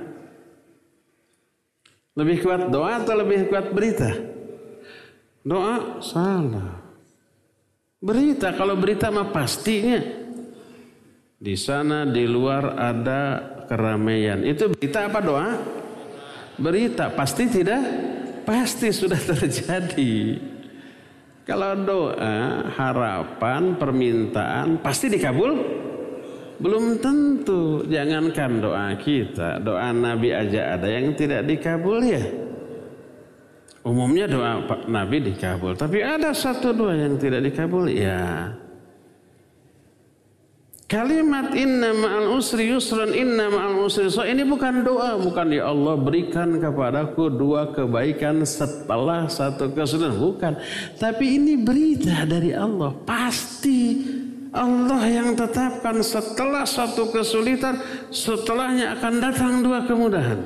Lebih kuat doa atau lebih kuat berita? Doa salah. Berita, kalau berita mah pastinya di sana di luar ada keramaian. Itu berita apa doa? Berita, pasti tidak? Pasti sudah terjadi. Kalau doa, harapan, permintaan pasti dikabul? Belum tentu. Jangankan doa kita, doa Nabi aja ada yang tidak dikabul ya. Umumnya doa Nabi dikabul, tapi ada satu dua yang tidak dikabul ya. Kalimat inna ma'al usri yusran, inna ma'al usri yusran, ini bukan doa, bukan ya Allah berikan kepadaku dua kebaikan setelah satu kesulitan, bukan. Tapi ini berita dari Allah, pasti Allah yang tetapkan setelah satu kesulitan, setelahnya akan datang dua kemudahan.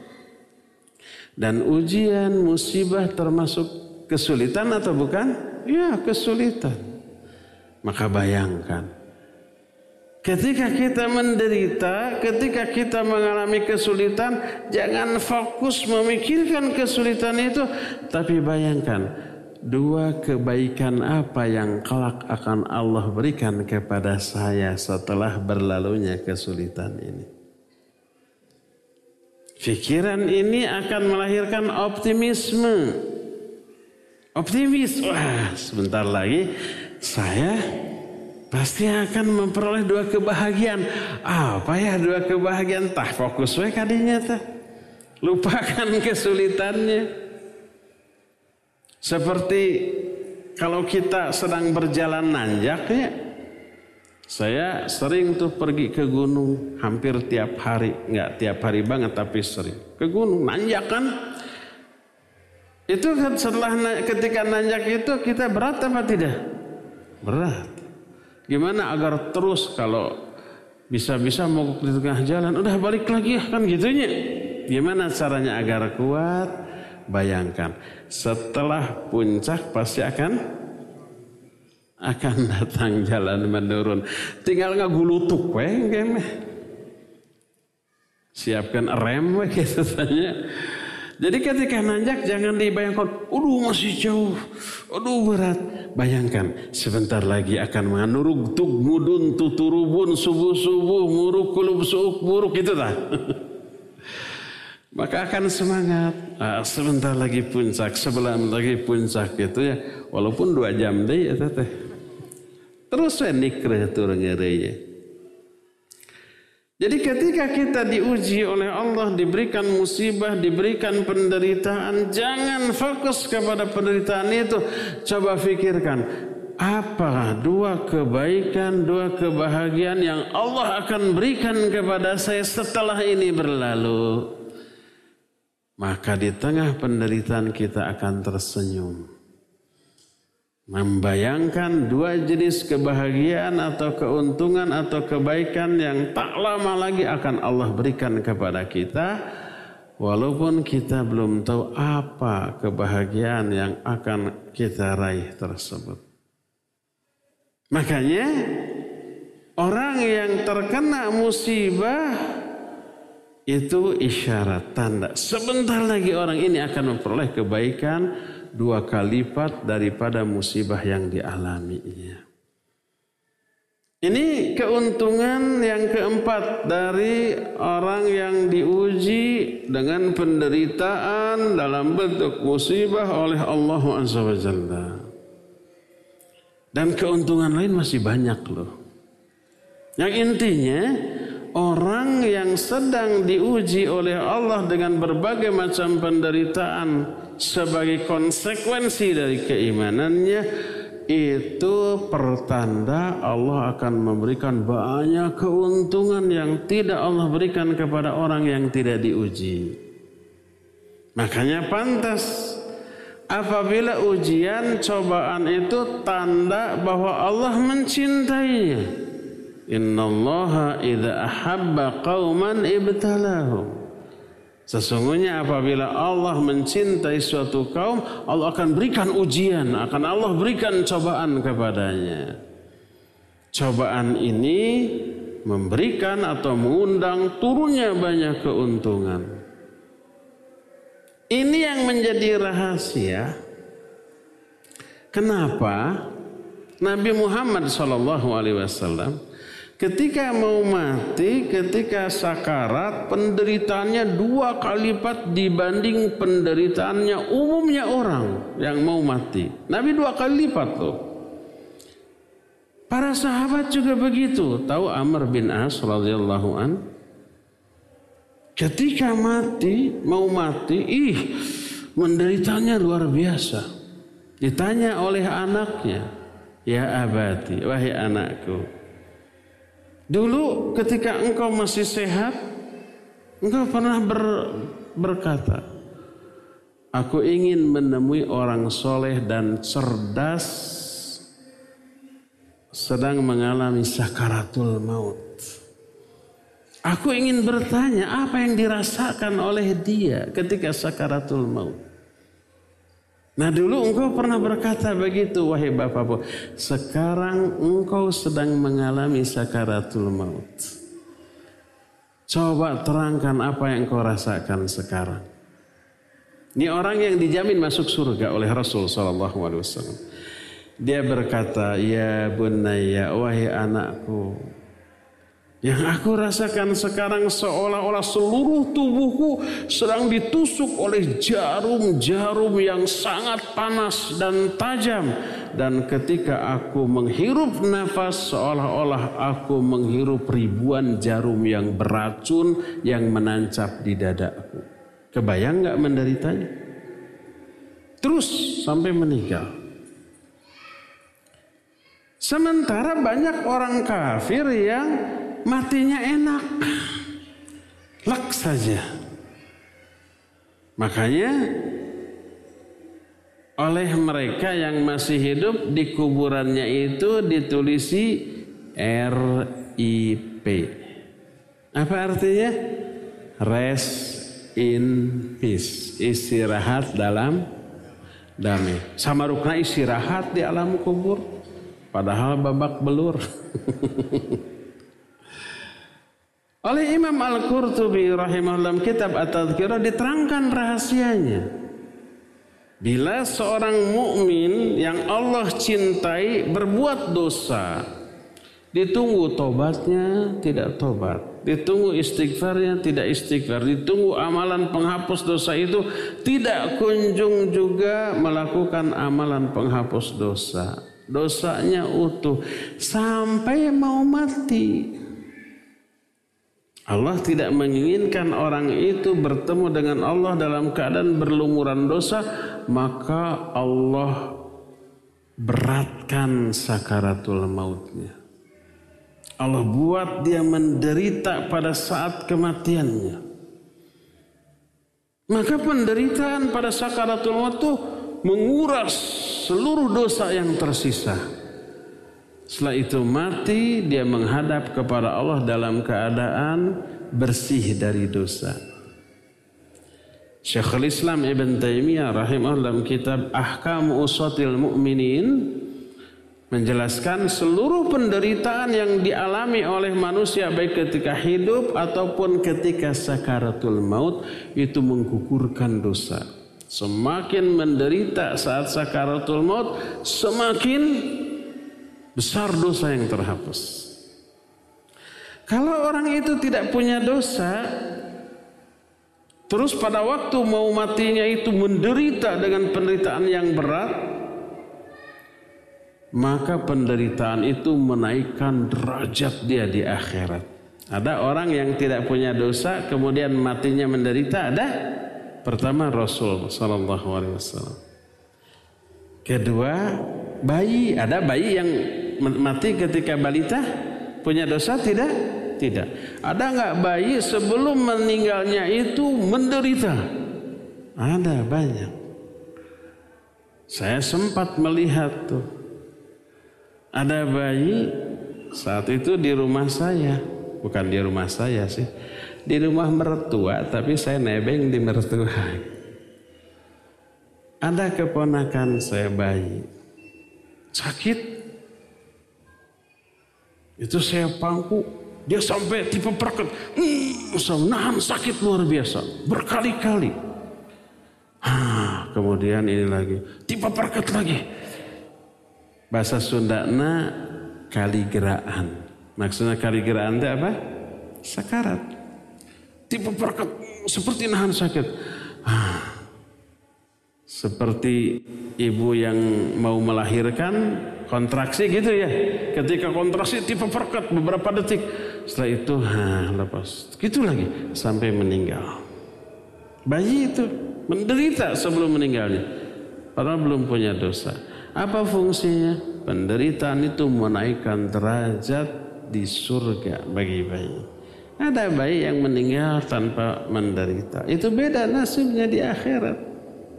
Dan ujian, musibah termasuk kesulitan atau bukan? Ya, kesulitan. Maka bayangkan, ketika kita menderita, ketika kita mengalami kesulitan, jangan fokus memikirkan kesulitan itu, tapi bayangkan dua kebaikan apa yang kelak akan Allah berikan kepada saya setelah berlalunya kesulitan ini. Pikiran ini akan melahirkan optimisme. Optimis, wah sebentar lagi saya pasti akan memperoleh dua kebahagiaan. Apa ya dua kebahagiaan? Tah fokus we kadinya tah. Lupakan kesulitannya. Seperti kalau kita sedang berjalan nanjak ya. Saya sering tuh pergi ke gunung hampir tiap hari. Enggak tiap hari banget tapi sering. Ke gunung nanjak kan. Itu kan setelah ketika nanjak itu kita berat apa tidak? Berat. Gimana agar terus kalau bisa-bisa mogok di tengah jalan, udah balik lagi kan gitunya. Gimana caranya agar kuat? Bayangkan, setelah puncak pasti akan akan datang jalan menurun. Tinggal ngagulutuk we game. Siapkan rem we gitu tanya. Jadi ketika nanjak jangan dibayangkan, aduh masih jauh, aduh berat. Bayangkan sebentar lagi akan menurug tug mudun tuturubun subuh-subuh muruk kulub suuk buruk gitu lah. Maka akan semangat. Ah, sebentar lagi puncak, sebelum lagi puncak gitu ya. Walaupun dua jam deh ya teteh. Terus saya nikreh turun ngeraya. Jadi ketika kita diuji oleh Allah, diberikan musibah, diberikan penderitaan, jangan fokus kepada penderitaan itu. Coba fikirkan, apa dua kebaikan, dua kebahagiaan yang Allah akan berikan kepada saya setelah ini berlalu. Maka di tengah penderitaan kita akan tersenyum. Membayangkan dua jenis kebahagiaan atau keuntungan atau kebaikan yang tak lama lagi akan Allah berikan kepada kita, walaupun kita belum tahu apa kebahagiaan yang akan kita raih tersebut. Makanya orang yang terkena musibah itu isyarat, tanda sebentar lagi orang ini akan memperoleh kebaikan dua kali lipat daripada musibah yang dialaminya. Ini keuntungan yang keempat dari orang yang diuji dengan penderitaan dalam bentuk musibah oleh Allah Azza wa Jalla. Dan keuntungan lain masih banyak loh. Yang intinya orang yang sedang diuji oleh Allah dengan berbagai macam penderitaan sebagai konsekuensi dari keimanannya, itu pertanda Allah akan memberikan banyak keuntungan yang tidak Allah berikan kepada orang yang tidak diuji. Makanya pantas apabila ujian cobaan itu tanda bahwa Allah mencintainya. Innallaha idza ahabba qauman ibtalahum. Sesungguhnya apabila Allah mencintai suatu kaum, Allah akan berikan ujian, akan Allah berikan cobaan kepadanya. Cobaan ini memberikan atau mengundang turunnya banyak keuntungan. Ini yang menjadi rahasia. Kenapa Nabi Muhammad shallallahu alaihi wasallam Ketika mau mati, ketika sakarat, penderitaannya dua kali lipat dibanding penderitaannya umumnya orang yang mau mati. Nabi dua kali lipat tuh. Para sahabat juga begitu. Tahu Amr bin As radhiyallahu an? Ketika mati, mau mati, ih, menderitanya luar biasa. Ditanya oleh anaknya, ya abati, wahai anakku, dulu ketika engkau masih sehat, engkau pernah ber, berkata, aku ingin menemui orang soleh dan cerdas sedang mengalami sakaratul maut. Aku ingin bertanya apa yang dirasakan oleh dia ketika sakaratul maut. Nah dulu engkau pernah berkata begitu, wahai bapakku. Sekarang engkau sedang mengalami sakaratul maut. Coba terangkan apa yang engkau rasakan sekarang. Ini orang yang dijamin masuk surga oleh Rasul sallallahu alaihi wasallam. Dia berkata, ya bunayya, wahai anakku, yang aku rasakan sekarang seolah-olah seluruh tubuhku sedang ditusuk oleh jarum-jarum yang sangat panas dan tajam. Dan ketika aku menghirup nafas seolah-olah aku menghirup ribuan jarum yang beracun yang menancap di dadaku. Kebayang gak menderitanya? Terus sampai meninggal. Sementara banyak orang kafir yang matinya enak, lek saja. Makanya oleh mereka yang masih hidup di kuburannya itu ditulisi R I P. Apa artinya? Rest in peace, istirahat dalam damai. Sama rukna istirahat di alam kubur, padahal babak belur. Oleh Imam Al-Qurtubi rahimahullah kitab At-Tadhkirah diterangkan rahasianya. Bila seorang mukmin yang Allah cintai berbuat dosa, ditunggu tobatnya tidak tobat, ditunggu istighfarnya tidak istighfar, ditunggu amalan penghapus dosa itu tidak kunjung juga melakukan amalan penghapus dosa. Dosanya utuh sampai mau mati. Allah tidak menginginkan orang itu bertemu dengan Allah dalam keadaan berlumuran dosa, maka Allah beratkan sakaratul mautnya. Allah buat dia menderita pada saat kematiannya. Maka penderitaan pada sakaratul maut itu menguras seluruh dosa yang tersisa. Setelah itu mati, dia menghadap kepada Allah dalam keadaan bersih dari dosa. Syekhul Islam Ibn Taimiyah rahimahullah dalam kitab Ahkamu Usatil Mu'minin menjelaskan seluruh penderitaan yang dialami oleh manusia baik ketika hidup ataupun ketika sakaratul maut itu menggugurkan dosa. Semakin menderita saat sakaratul maut, semakin besar dosa yang terhapus. Kalau orang itu tidak punya dosa, terus pada waktu mau matinya itu menderita dengan penderitaan yang berat, maka penderitaan itu menaikkan derajat dia di akhirat. Ada orang yang tidak punya dosa kemudian matinya menderita, ada? Pertama Rasul sallallahu alaihi wasallam. Kedua, bayi, ada bayi yang mati ketika balita punya dosa tidak? Tidak. Ada nggak bayi sebelum meninggalnya itu menderita? Ada, banyak. Saya sempat melihat tuh. Ada bayi saat itu di rumah saya, bukan di rumah saya sih, di rumah mertua, tapi saya nebeng di mertua. Ada keponakan saya bayi sakit, itu saya pangku, dia sampai tipe perket, hmm, nahan sakit luar biasa berkali-kali. Ah, kemudian ini lagi tipe perket lagi, bahasa Sundana kaligeraan, Maksudnya kaligiraan itu apa? Sakarat. Tipe perket seperti nahan sakit. Seperti ibu yang mau melahirkan kontraksi gitu ya. Ketika kontraksi tipe perket beberapa detik. Setelah itu ha, lepas. Gitu lagi sampai meninggal. Bayi itu menderita sebelum meninggalnya. Padahal belum punya dosa. Apa fungsinya? Penderitaan itu menaikkan derajat di surga bagi bayi. Ada bayi yang meninggal tanpa menderita. Itu beda nasibnya di akhirat.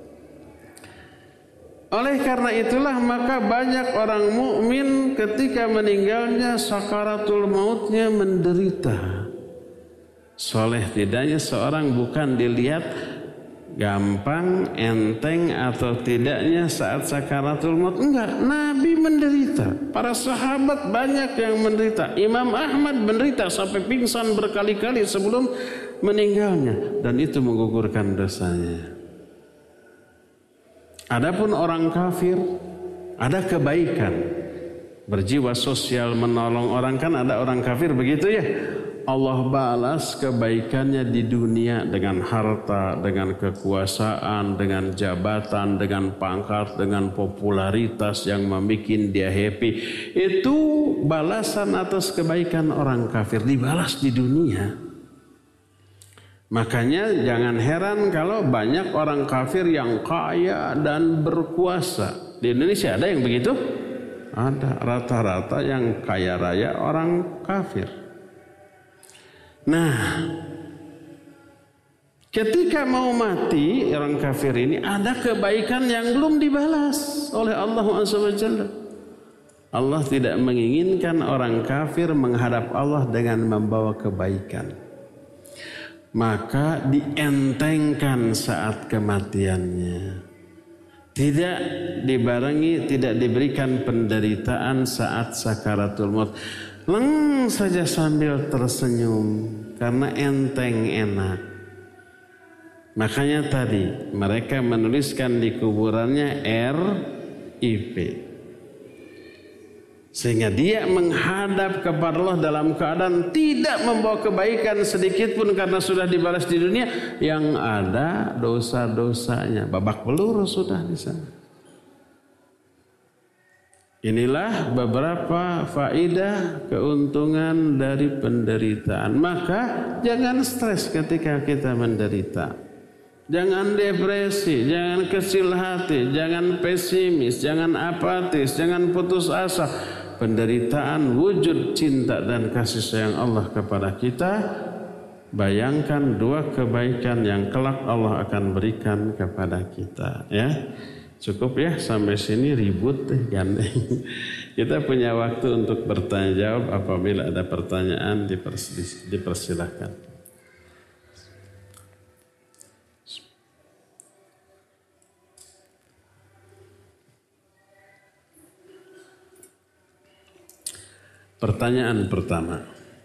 Oleh karena itulah maka banyak orang mukmin ketika meninggalnya sakaratul mautnya menderita. Soleh tidaknya seorang bukan dilihat gampang, enteng atau tidaknya saat sakaratul maut. Enggak, Nabi menderita. Para sahabat banyak yang menderita. Imam Ahmad menderita sampai pingsan berkali-kali sebelum meninggalnya. Dan itu menggugurkan dosanya. Adapun orang kafir ada kebaikan, berjiwa sosial menolong orang, kan ada orang kafir begitu ya. Allah balas kebaikannya di dunia dengan harta, dengan kekuasaan, dengan jabatan, dengan pangkat, dengan popularitas yang membuat dia happy. Itu balasan atas kebaikan orang kafir, dibalas di dunia. Makanya jangan heran kalau banyak orang kafir yang kaya dan berkuasa. Di Indonesia ada yang begitu? Ada, rata-rata yang kaya raya orang kafir. Nah, ketika mau mati orang kafir ini ada kebaikan yang belum dibalas oleh Allah Azza wa Jalla. Allah tidak menginginkan orang kafir menghadap Allah dengan membawa kebaikan. Maka dientengkan saat kematiannya. Tidak dibarengi, tidak diberikan penderitaan saat sakaratul maut. Leng saja sambil tersenyum karena enteng enak. Makanya tadi mereka menuliskan di kuburannya R I P. Sehingga dia menghadap kepada Allah dalam keadaan tidak membawa kebaikan sedikit pun karena sudah dibalas di dunia. Yang ada dosa-dosanya. Babak peluru sudah di sana. Inilah beberapa faedah keuntungan dari penderitaan. Maka jangan stres ketika kita menderita. Jangan depresi, jangan kecil hati, jangan pesimis, jangan apatis, jangan putus asa. Penderitaan wujud cinta dan kasih sayang Allah kepada kita. Bayangkan dua kebaikan yang kelak Allah akan berikan kepada kita, ya. Cukup ya sampai sini ribut deh gandeng. Kita punya waktu untuk bertanya jawab. Apabila ada pertanyaan dipers- dipersilahkan. Pertanyaan pertama,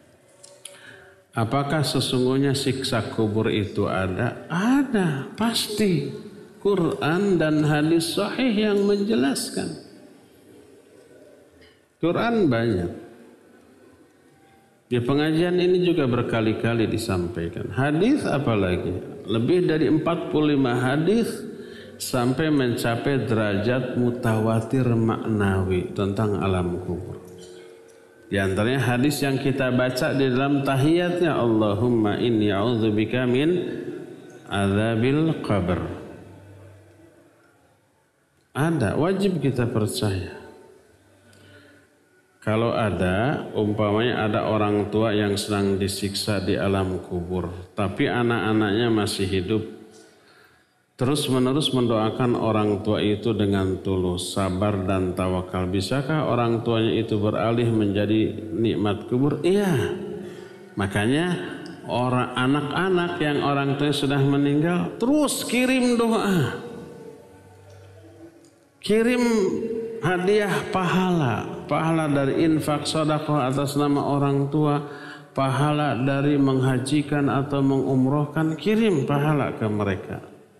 apakah sesungguhnya siksa kubur itu ada? Ada, pasti. Quran dan hadis sahih yang menjelaskan. Quran banyak. Di pengajian ini juga berkali-kali disampaikan. Hadis apalagi? Lebih dari empat puluh lima hadis sampai mencapai derajat mutawatir maknawi tentang alam kubur. Di antaranya hadis yang kita baca di dalam tahiyatnya, Allahumma inni a'udzubika min adzabil qabr. Ada, wajib kita percaya. Kalau ada, umpamanya ada orang tua yang sedang disiksa di alam kubur, tapi anak-anaknya masih hidup, terus menerus mendoakan orang tua itu dengan tulus, sabar dan tawakal. Bisakah orang tuanya itu beralih menjadi nikmat kubur? Iya. Makanya orang anak-anak yang orang tuanya sudah meninggal terus kirim doa. Kirim hadiah pahala, pahala dari infak sedekah atas nama orang tua, pahala dari menghajikan atau mengumrohkan, kirim pahala ke mereka.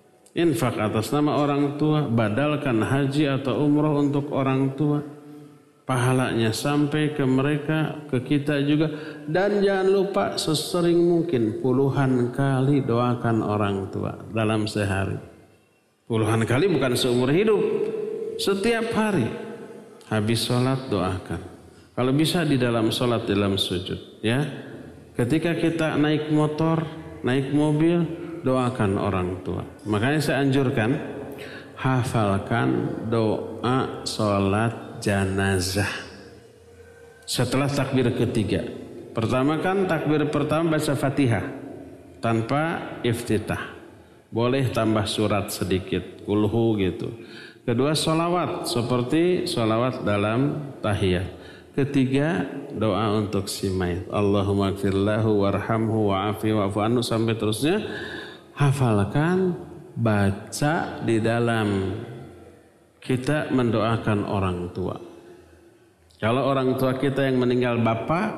Infak atas nama orang tua, badalkan haji atau umroh untuk orang tua. pahalanya sampai ke mereka, ke kita juga. Dan jangan lupa sesering mungkin puluhan kali doakan orang tua dalam sehari. Puluhan kali bukan seumur hidup, setiap hari. Habis sholat doakan. Kalau bisa di dalam sholat, dalam sujud, ya. Ketika kita naik motor, naik mobil, doakan orang tua. Makanya saya anjurkan, hafalkan doa sholat janazah setelah takbir ketiga. Pertama kan takbir pertama baca Fatihah tanpa iftitah. Boleh tambah surat sedikit, kulhu gitu. Kedua sholawat seperti sholawat dalam tahiyat. Ketiga doa untuk si mayit. Allahumma gfirlahu warhamhu wa'afi wa'fu anhu sampai terusnya. Hafalkan, baca di dalam kita mendoakan orang tua. Kalau orang tua kita yang meninggal bapak,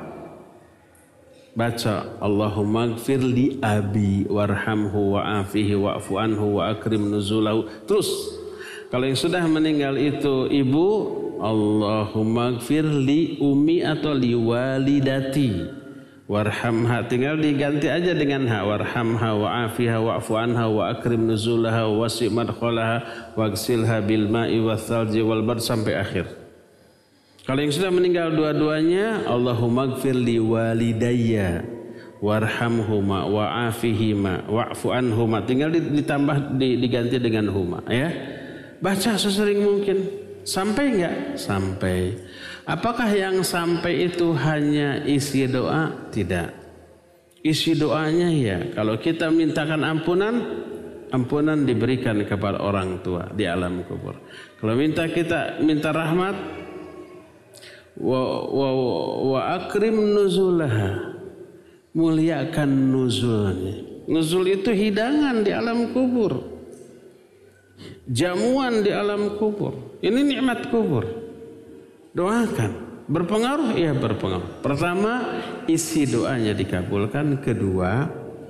baca Allahumma gfir li abi warhamhu wa'afihi wa'fu anhu wa akrim nuzulahu. Terus kalau yang sudah meninggal itu ibu, Allahumma gfir li umi atau li walidati warhamha, tinggal diganti aja dengan ha, warhamha wa'afiha wa'fu anha wa akrim nuzulaha wa wasi' madkhalaha waghsilha bil ma'i wath thalji wal bard sampai akhir. Kalau yang sudah meninggal dua-duanya, Allahumma gfir li walidayya warhamhuma wa'afihima wa'fu anhuma, tinggal ditambah diganti dengan huma, ya. Baca sesering mungkin. Sampai enggak? Sampai. Apakah yang sampai itu hanya isi doa? Tidak. Isi doanya ya, kalau kita mintakan ampunan, ampunan diberikan kepada orang tua di alam kubur. Kalau minta kita minta rahmat, wa, wa, wa akrim nuzulaha, muliakan nuzulnya. Nuzul itu hidangan di alam kubur, jamuan di alam kubur. Ini nikmat kubur. Doakan. Berpengaruh? Iya berpengaruh. Pertama, isi doanya dikabulkan. Kedua,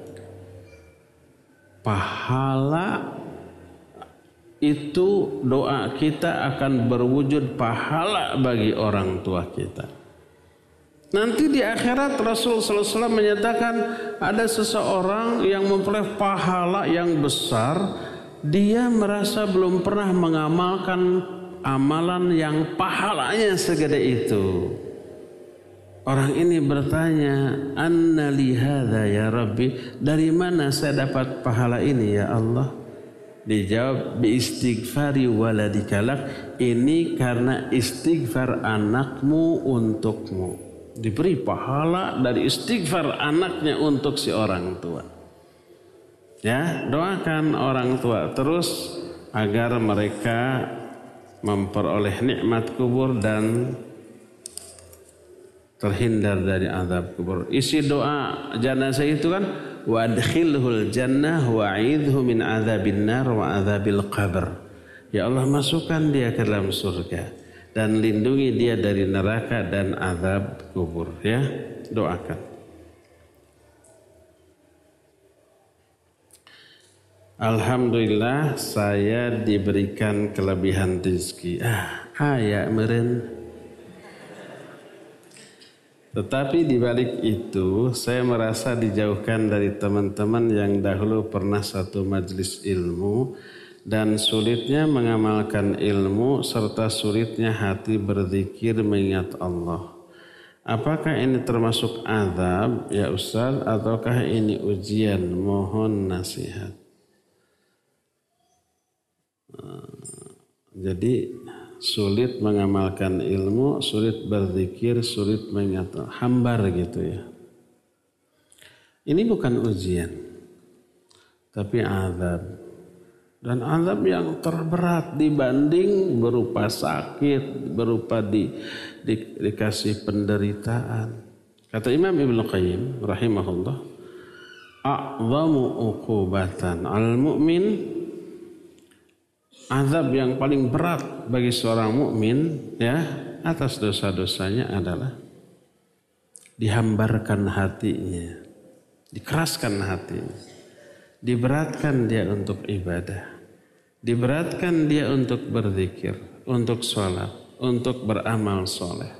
pahala itu doa kita akan berwujud pahala bagi orang tua kita. Nanti di akhirat Rasul sallallahu alaihi wasallam menyatakan ada seseorang yang memperoleh pahala yang besar. Dia merasa belum pernah mengamalkan amalan yang pahalanya segede itu. Orang ini bertanya, anna li hadza ya Rabbi, dari mana saya dapat pahala ini ya Allah? Dijawab, bi istighfari waladikalak, ini karena istighfar anakmu untukmu. Diberi pahala dari istighfar anaknya untuk si orang tua. Ya, doakan orang tua terus agar mereka memperoleh nikmat kubur dan terhindar dari azab kubur. Isi doa jenazah itu kan wa adkhilhul jannah wa'idhu min azabin nar wa azabil qabr. Ya Allah, masukkan dia ke dalam surga dan lindungi dia dari neraka dan azab kubur, ya. Doakan. Alhamdulillah saya diberikan kelebihan rezeki. Ah, aya meureun. Tetapi di balik itu saya merasa dijauhkan dari teman-teman yang dahulu pernah satu majelis ilmu dan sulitnya mengamalkan ilmu serta sulitnya hati berzikir mengingat Allah. Apakah ini termasuk azab ya Ustaz ataukah ini ujian? Mohon nasihat. Jadi sulit mengamalkan ilmu, sulit berzikir, sulit mengingat, hambar gitu ya. Ini bukan ujian, tapi azab. Dan azab yang terberat dibanding berupa sakit, berupa di, di, dikasih penderitaan. Kata Imam Ibnu Qayyim rahimahullah, a'zamu uqubatan al-mu'min, azab yang paling berat bagi seorang mukmin ya atas dosa-dosanya adalah dihambarkan hatinya, dikeraskan hatinya, diberatkan dia untuk ibadah, diberatkan dia untuk berzikir, untuk sholat, untuk beramal soleh.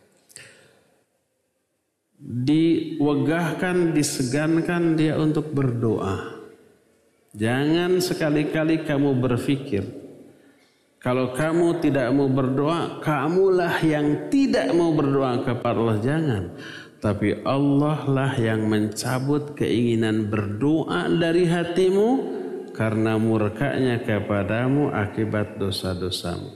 Diwegahkan, disegankan dia untuk berdoa. Jangan sekali-kali kamu berpikir kalau kamu tidak mau berdoa, kamulah yang tidak mau berdoa kepada Allah. Jangan. Tapi Allah lah yang mencabut keinginan berdoa dari hatimu karena murkanya kepadamu akibat dosa-dosamu.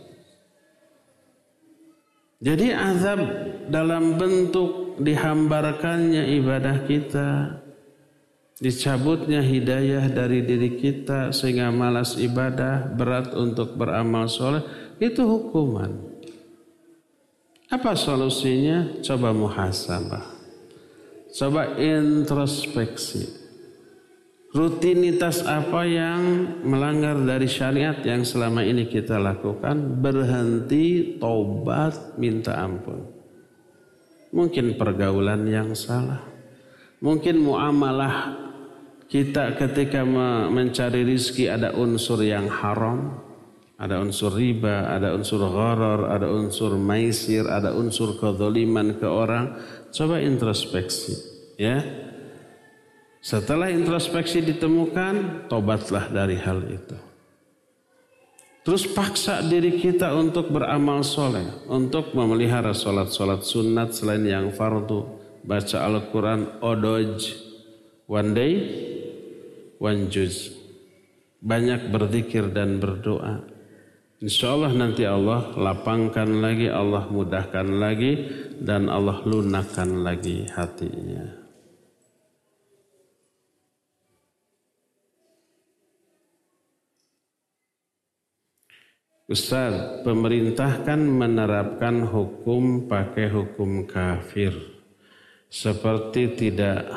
Jadi azab dalam bentuk dihambarkannya ibadah kita, dicabutnya hidayah dari diri kita sehingga malas ibadah, berat untuk beramal soleh, itu hukuman. Apa solusinya? Coba muhasabah, coba introspeksi. Rutinitas apa yang melanggar dari syariat yang selama ini kita lakukan, berhenti, taubat, minta ampun. Mungkin pergaulan yang salah, mungkin muamalah kita ketika mencari rizki ada unsur yang haram, ada unsur riba, ada unsur gharar, ada unsur maisir, ada unsur kezaliman ke orang. Coba introspeksi, ya. Setelah introspeksi ditemukan, tobatlah dari hal itu. Terus paksa diri kita untuk beramal soleh, untuk memelihara solat-solat sunat selain yang fardu, baca Al-Quran, odoj, one day, one juz. Banyak berzikir dan berdoa. Insya Allah nanti Allah lapangkan lagi, Allah mudahkan lagi, dan Allah lunakkan lagi hatinya. Ustaz, pemerintah kan menerapkan hukum pakai hukum kafir. Seperti tidak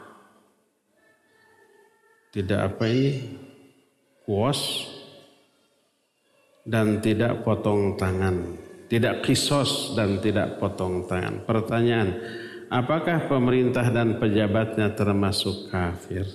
tidak apa ini? Kuos dan tidak potong tangan. Tidak kisos dan tidak potong tangan. Pertanyaan, apakah pemerintah dan pejabatnya termasuk kafir?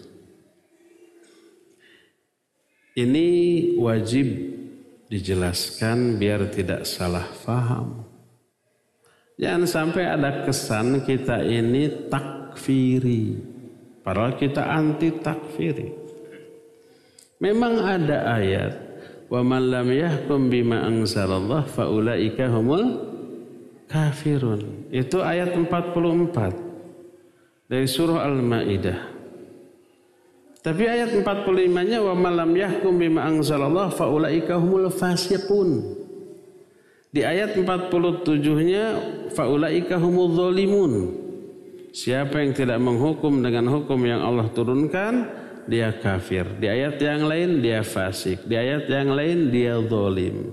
Ini wajib dijelaskan biar tidak salah faham. Jangan sampai ada kesan kita ini takfiri, padahal kita anti takfiri. Memang ada ayat, wa man lam yahkum bima anzalallah faulaika humul kafirun. Itu ayat empat puluh empat dari surah Al-Maidah. Tapi ayat empat puluh lima-nya wa malam yahkum bima anzalallah faulaika humul fasiqun. Di ayat empat puluh tujuh-nya faulaika humul zalimun. Siapa yang tidak menghukum dengan hukum yang Allah turunkan, dia kafir. Di ayat yang lain dia fasik, di ayat yang lain dia zalim.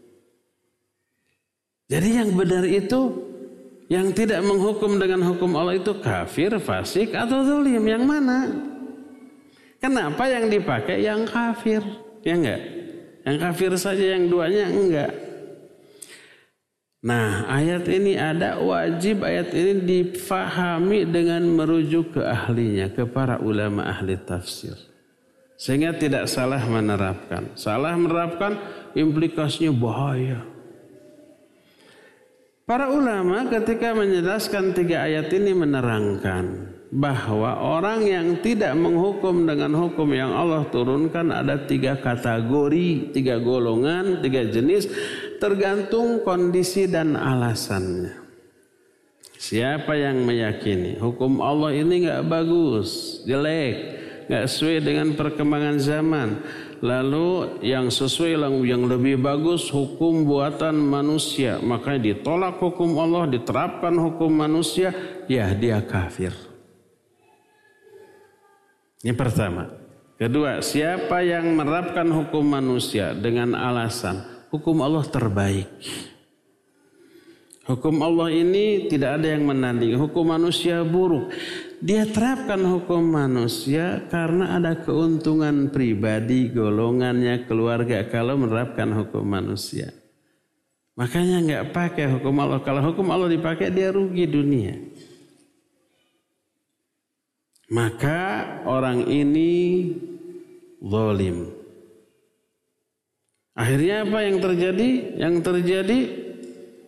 Jadi yang benar itu, yang tidak menghukum dengan hukum Allah itu kafir, fasik atau zalim, yang mana? Kenapa yang dipakai yang kafir? Ya enggak? Yang kafir saja, yang duanya enggak. Nah, ayat ini ada, wajib ayat ini difahami dengan merujuk ke ahlinya, ke para ulama ahli tafsir. Sehingga tidak salah menerapkan. Salah menerapkan implikasinya bahaya. Para ulama ketika menjelaskan tiga ayat ini menerangkan bahwa orang yang tidak menghukum dengan hukum yang Allah turunkan ada tiga kategori, tiga golongan, tiga jenis, tergantung kondisi dan alasannya. Siapa yang meyakini hukum Allah ini gak bagus, jelek, gak sesuai dengan perkembangan zaman, lalu yang sesuai yang lebih bagus hukum buatan manusia, makanya ditolak hukum Allah, diterapkan hukum manusia, ya dia kafir. Ini pertama. Kedua, siapa yang menerapkan hukum manusia dengan alasan hukum Allah terbaik. Hukum Allah ini tidak ada yang menandingi, hukum manusia buruk. Dia terapkan hukum manusia karena ada keuntungan pribadi, golongannya, keluarga kalau menerapkan hukum manusia. Makanya nggak pakai hukum Allah. Kalau hukum Allah dipakai dia rugi dunia. Maka orang ini zalim. Akhirnya apa yang terjadi? Yang terjadi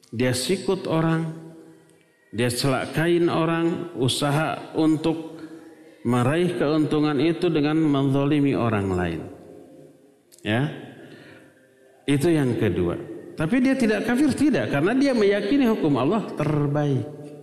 dia sikut orang, dia celakain orang, usaha untuk meraih keuntungan itu dengan menzalimi orang lain. Ya, itu yang kedua. Tapi dia tidak kafir, tidak, karena dia meyakini hukum Allah terbaik.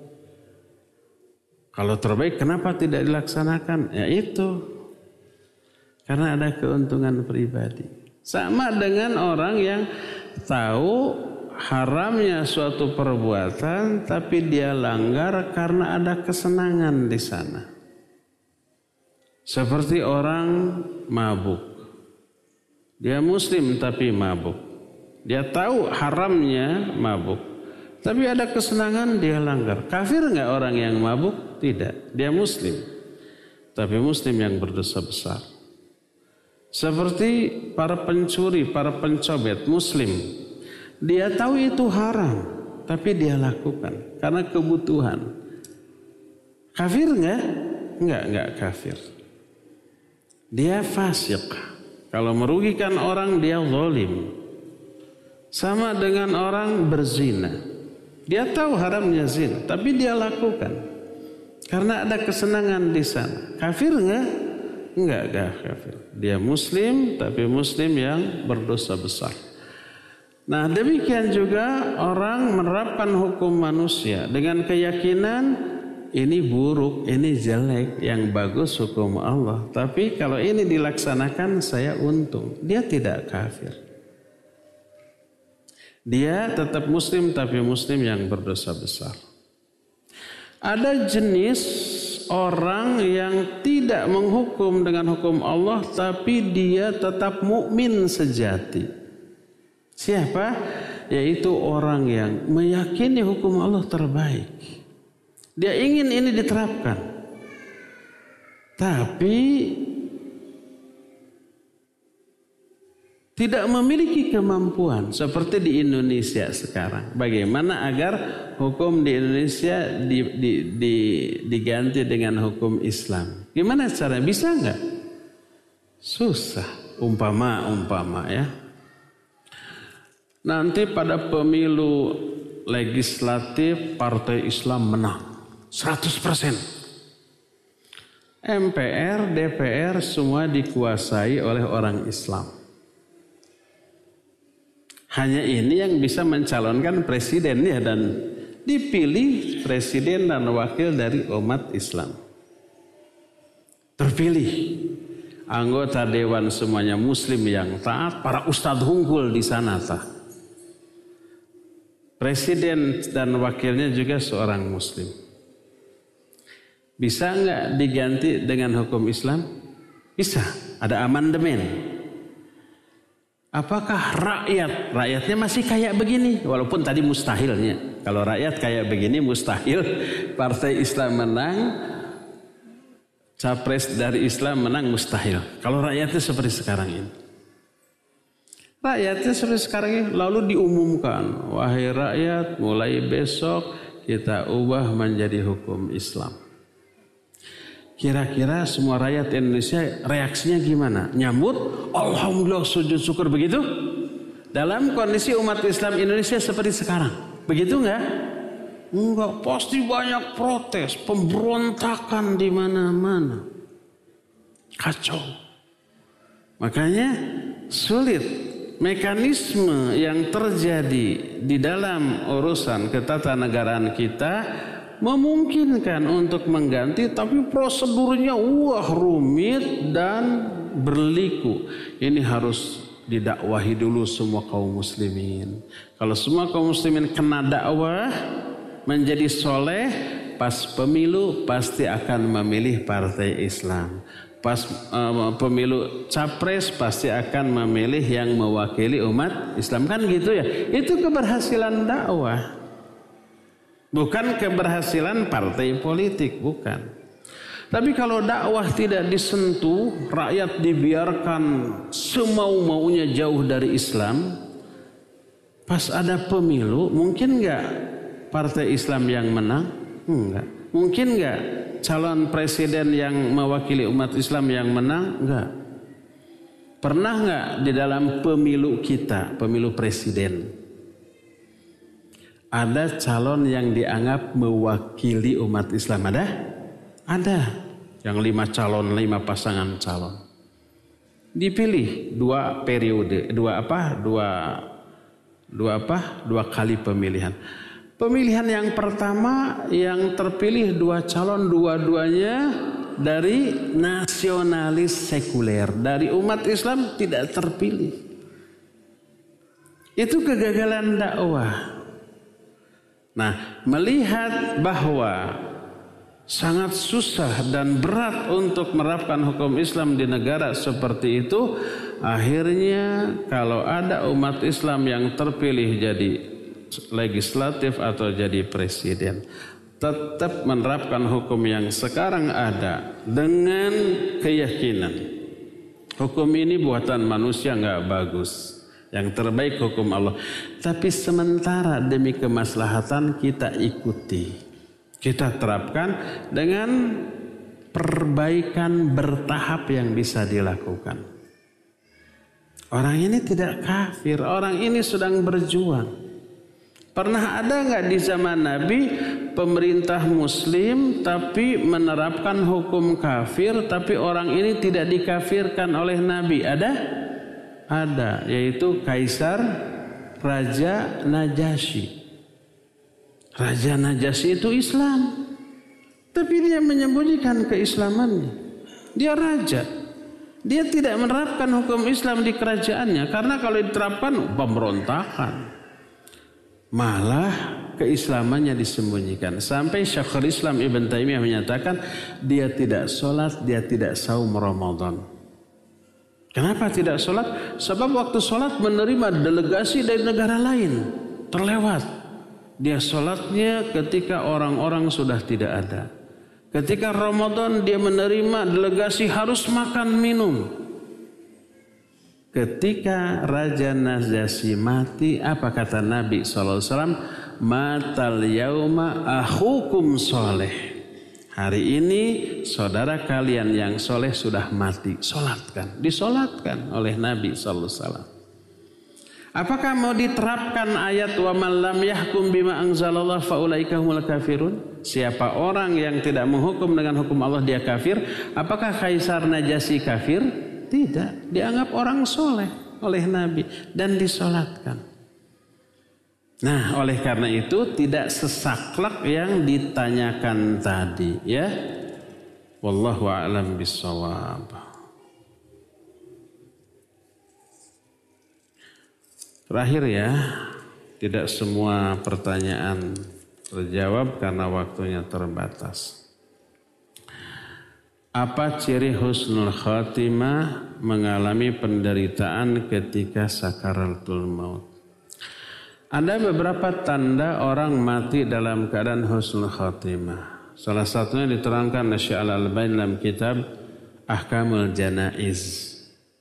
Kalau terbaik, kenapa tidak dilaksanakan? Ya itu, karena ada keuntungan pribadi. Sama dengan orang yang tahu haramnya suatu perbuatan, tapi dia langgar karena ada kesenangan di sana. Seperti orang mabuk, dia muslim tapi mabuk. Dia tahu haramnya mabuk, tapi ada kesenangan dia langgar. Kafir nggak orang yang mabuk? Tidak. Dia muslim, tapi muslim yang berdosa besar. Seperti para pencuri, para pencobet, muslim. Dia tahu itu haram, tapi dia lakukan karena kebutuhan. Kafir nggak? Nggak, nggak kafir. Dia fasik. Kalau merugikan orang, dia zalim. Sama dengan orang berzina. Dia tahu haramnya zina, tapi dia lakukan karena ada kesenangan di sana. Kafir enggak? Enggak, enggak kafir. Dia muslim, tapi muslim yang berdosa besar. Nah, demikian juga orang menerapkan hukum manusia dengan keyakinan ini buruk, ini jelek, yang bagus hukum Allah. Tapi kalau ini dilaksanakan saya untung. Dia tidak kafir. Dia tetap muslim, tapi muslim yang berdosa besar. Ada jenis orang yang tidak menghukum dengan hukum Allah, tapi dia tetap mukmin sejati. Siapa? Yaitu orang yang meyakini hukum Allah terbaik. Dia ingin ini diterapkan, tapi tidak memiliki kemampuan seperti di Indonesia sekarang. Bagaimana agar hukum di Indonesia di, di, di, diganti dengan hukum Islam? Gimana cara? Bisa nggak? Susah. Umpama, umpama ya. Nanti pada pemilu legislatif partai Islam menang seratus persen. M P R, D P R semua dikuasai oleh orang Islam. Hanya ini yang bisa mencalonkan presiden ya, dan dipilih presiden dan wakil dari umat Islam. Terpilih anggota dewan semuanya muslim yang taat, para ustadz unggul di sana tah. Presiden dan wakilnya juga seorang muslim. Bisa nggak diganti dengan hukum Islam? Bisa. Ada amandemen. Apakah rakyat, rakyatnya masih kayak begini? Walaupun tadi mustahilnya. Kalau rakyat kayak begini mustahil. Partai Islam menang, capres dari Islam menang mustahil. Kalau rakyatnya seperti sekarang ini. Rakyatnya seperti sekarang ini lalu diumumkan. Wahai rakyat, mulai besok kita ubah menjadi hukum Islam. Kira-kira semua rakyat Indonesia reaksinya gimana? Nyambut? Alhamdulillah, sujud syukur, begitu? Dalam kondisi umat Islam Indonesia seperti sekarang. Begitu enggak? Enggak, pasti banyak protes, pemberontakan di mana-mana. Kacau. Makanya sulit. Mekanisme yang terjadi di dalam urusan ketatanegaraan kita memungkinkan untuk mengganti, tapi prosedurnya wah rumit dan berliku. Ini harus didakwahi dulu semua kaum muslimin. Kalau semua kaum muslimin kena dakwah menjadi soleh, pas pemilu pasti akan memilih partai Islam. Pas uh, pemilu capres pasti akan memilih yang mewakili umat Islam, kan gitu ya. Itu keberhasilan dakwah. Bukan keberhasilan partai politik, bukan. Tapi kalau dakwah tidak disentuh, rakyat dibiarkan semau-maunya jauh dari Islam, pas ada pemilu, mungkin nggak partai Islam yang menang? Enggak. Mungkin nggak calon presiden yang mewakili umat Islam yang menang? Enggak. Pernah nggak di dalam pemilu kita, pemilu presiden, ada calon yang dianggap mewakili umat Islam? Ada? Ada. Yang lima calon, lima pasangan calon. Dipilih dua periode, dua apa? Dua, dua apa? Dua kali pemilihan. Pemilihan yang pertama yang terpilih dua calon, dua-duanya dari nasionalis sekuler, dari umat Islam tidak terpilih. Itu kegagalan dakwah. Nah, melihat bahwa sangat susah dan berat untuk menerapkan hukum Islam di negara seperti itu, akhirnya kalau ada umat Islam yang terpilih jadi legislatif atau jadi presiden, tetap menerapkan hukum yang sekarang ada dengan keyakinan hukum ini buatan manusia nggak bagus, yang terbaik hukum Allah. Tapi sementara demi kemaslahatan kita ikuti, kita terapkan dengan perbaikan bertahap yang bisa dilakukan. Orang ini tidak kafir, orang ini sedang berjuang. Pernah ada nggak di zaman Nabi pemerintah Muslim tapi menerapkan hukum kafir, tapi orang ini tidak dikafirkan oleh Nabi? Ada? Ada, yaitu Kaisar Raja Najasyi. Raja Najasyi itu Islam, tapi dia menyembunyikan keislamannya. Dia raja, dia tidak menerapkan hukum Islam di kerajaannya, karena kalau diterapkan pemberontakan. Malah keislamannya disembunyikan. Sampai Syekhul Islam Ibn Taimiyah menyatakan dia tidak sholat, dia tidak saum Ramadan. Kenapa tidak sholat? Sebab waktu sholat menerima delegasi dari negara lain, terlewat. Dia sholatnya ketika orang-orang sudah tidak ada. Ketika Ramadan dia menerima delegasi harus makan minum. Ketika Raja Najasyi mati, apa kata Nabi shallallahu alaihi wasallam? Matal yauma akhukum soleh. Hari ini saudara kalian yang soleh sudah mati. Solatkan, disolatkan oleh Nabi shallallahu alaihi wasallam. Apakah mau diterapkan ayat wa man lam yahkum bima anzalallah faulaika humul kafirun? Siapa orang yang tidak menghukum dengan hukum Allah dia kafir? Apakah Kaisar Najasyi kafir? Tidak, dianggap orang soleh oleh Nabi dan disolatkan. Nah, oleh karena itu tidak sesaklek yang ditanyakan tadi, ya. Wallahu a'lam bishawab. Terakhir ya, tidak semua pertanyaan terjawab karena waktunya terbatas. Apa ciri husnul khatimah mengalami penderitaan ketika sakaratul maut? Ada beberapa tanda orang mati dalam keadaan husnul khatimah. Salah satunya diterangkan oleh Syekh Al-Albani dalam kitab Ahkamul Janaiz.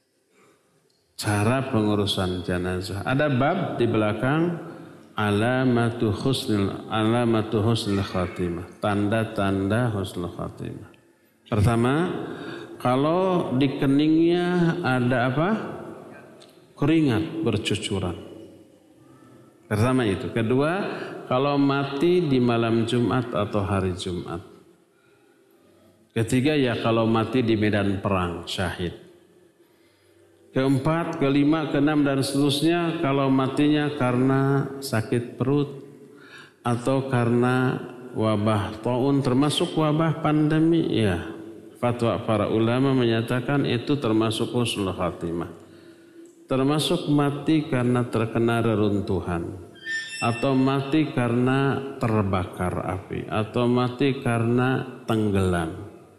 Cara pengurusan jenazah. Ada bab di belakang alamatu husnul alamatu husnul khatimah. Tanda-tanda husnul khatimah. Pertama, kalau di keningnya ada apa? Keringat bercucuran. Pertama itu. Kedua, kalau mati di malam Jumat atau hari Jumat. Ketiga, ya kalau mati di medan perang, syahid. Keempat, kelima, keenam dan seterusnya kalau matinya karena sakit perut atau karena wabah taun termasuk wabah pandemi, ya. Fatwa para ulama menyatakan itu termasuk husnul khatimah. Termasuk mati karena terkena reruntuhan, atau mati karena terbakar api, atau mati karena tenggelam.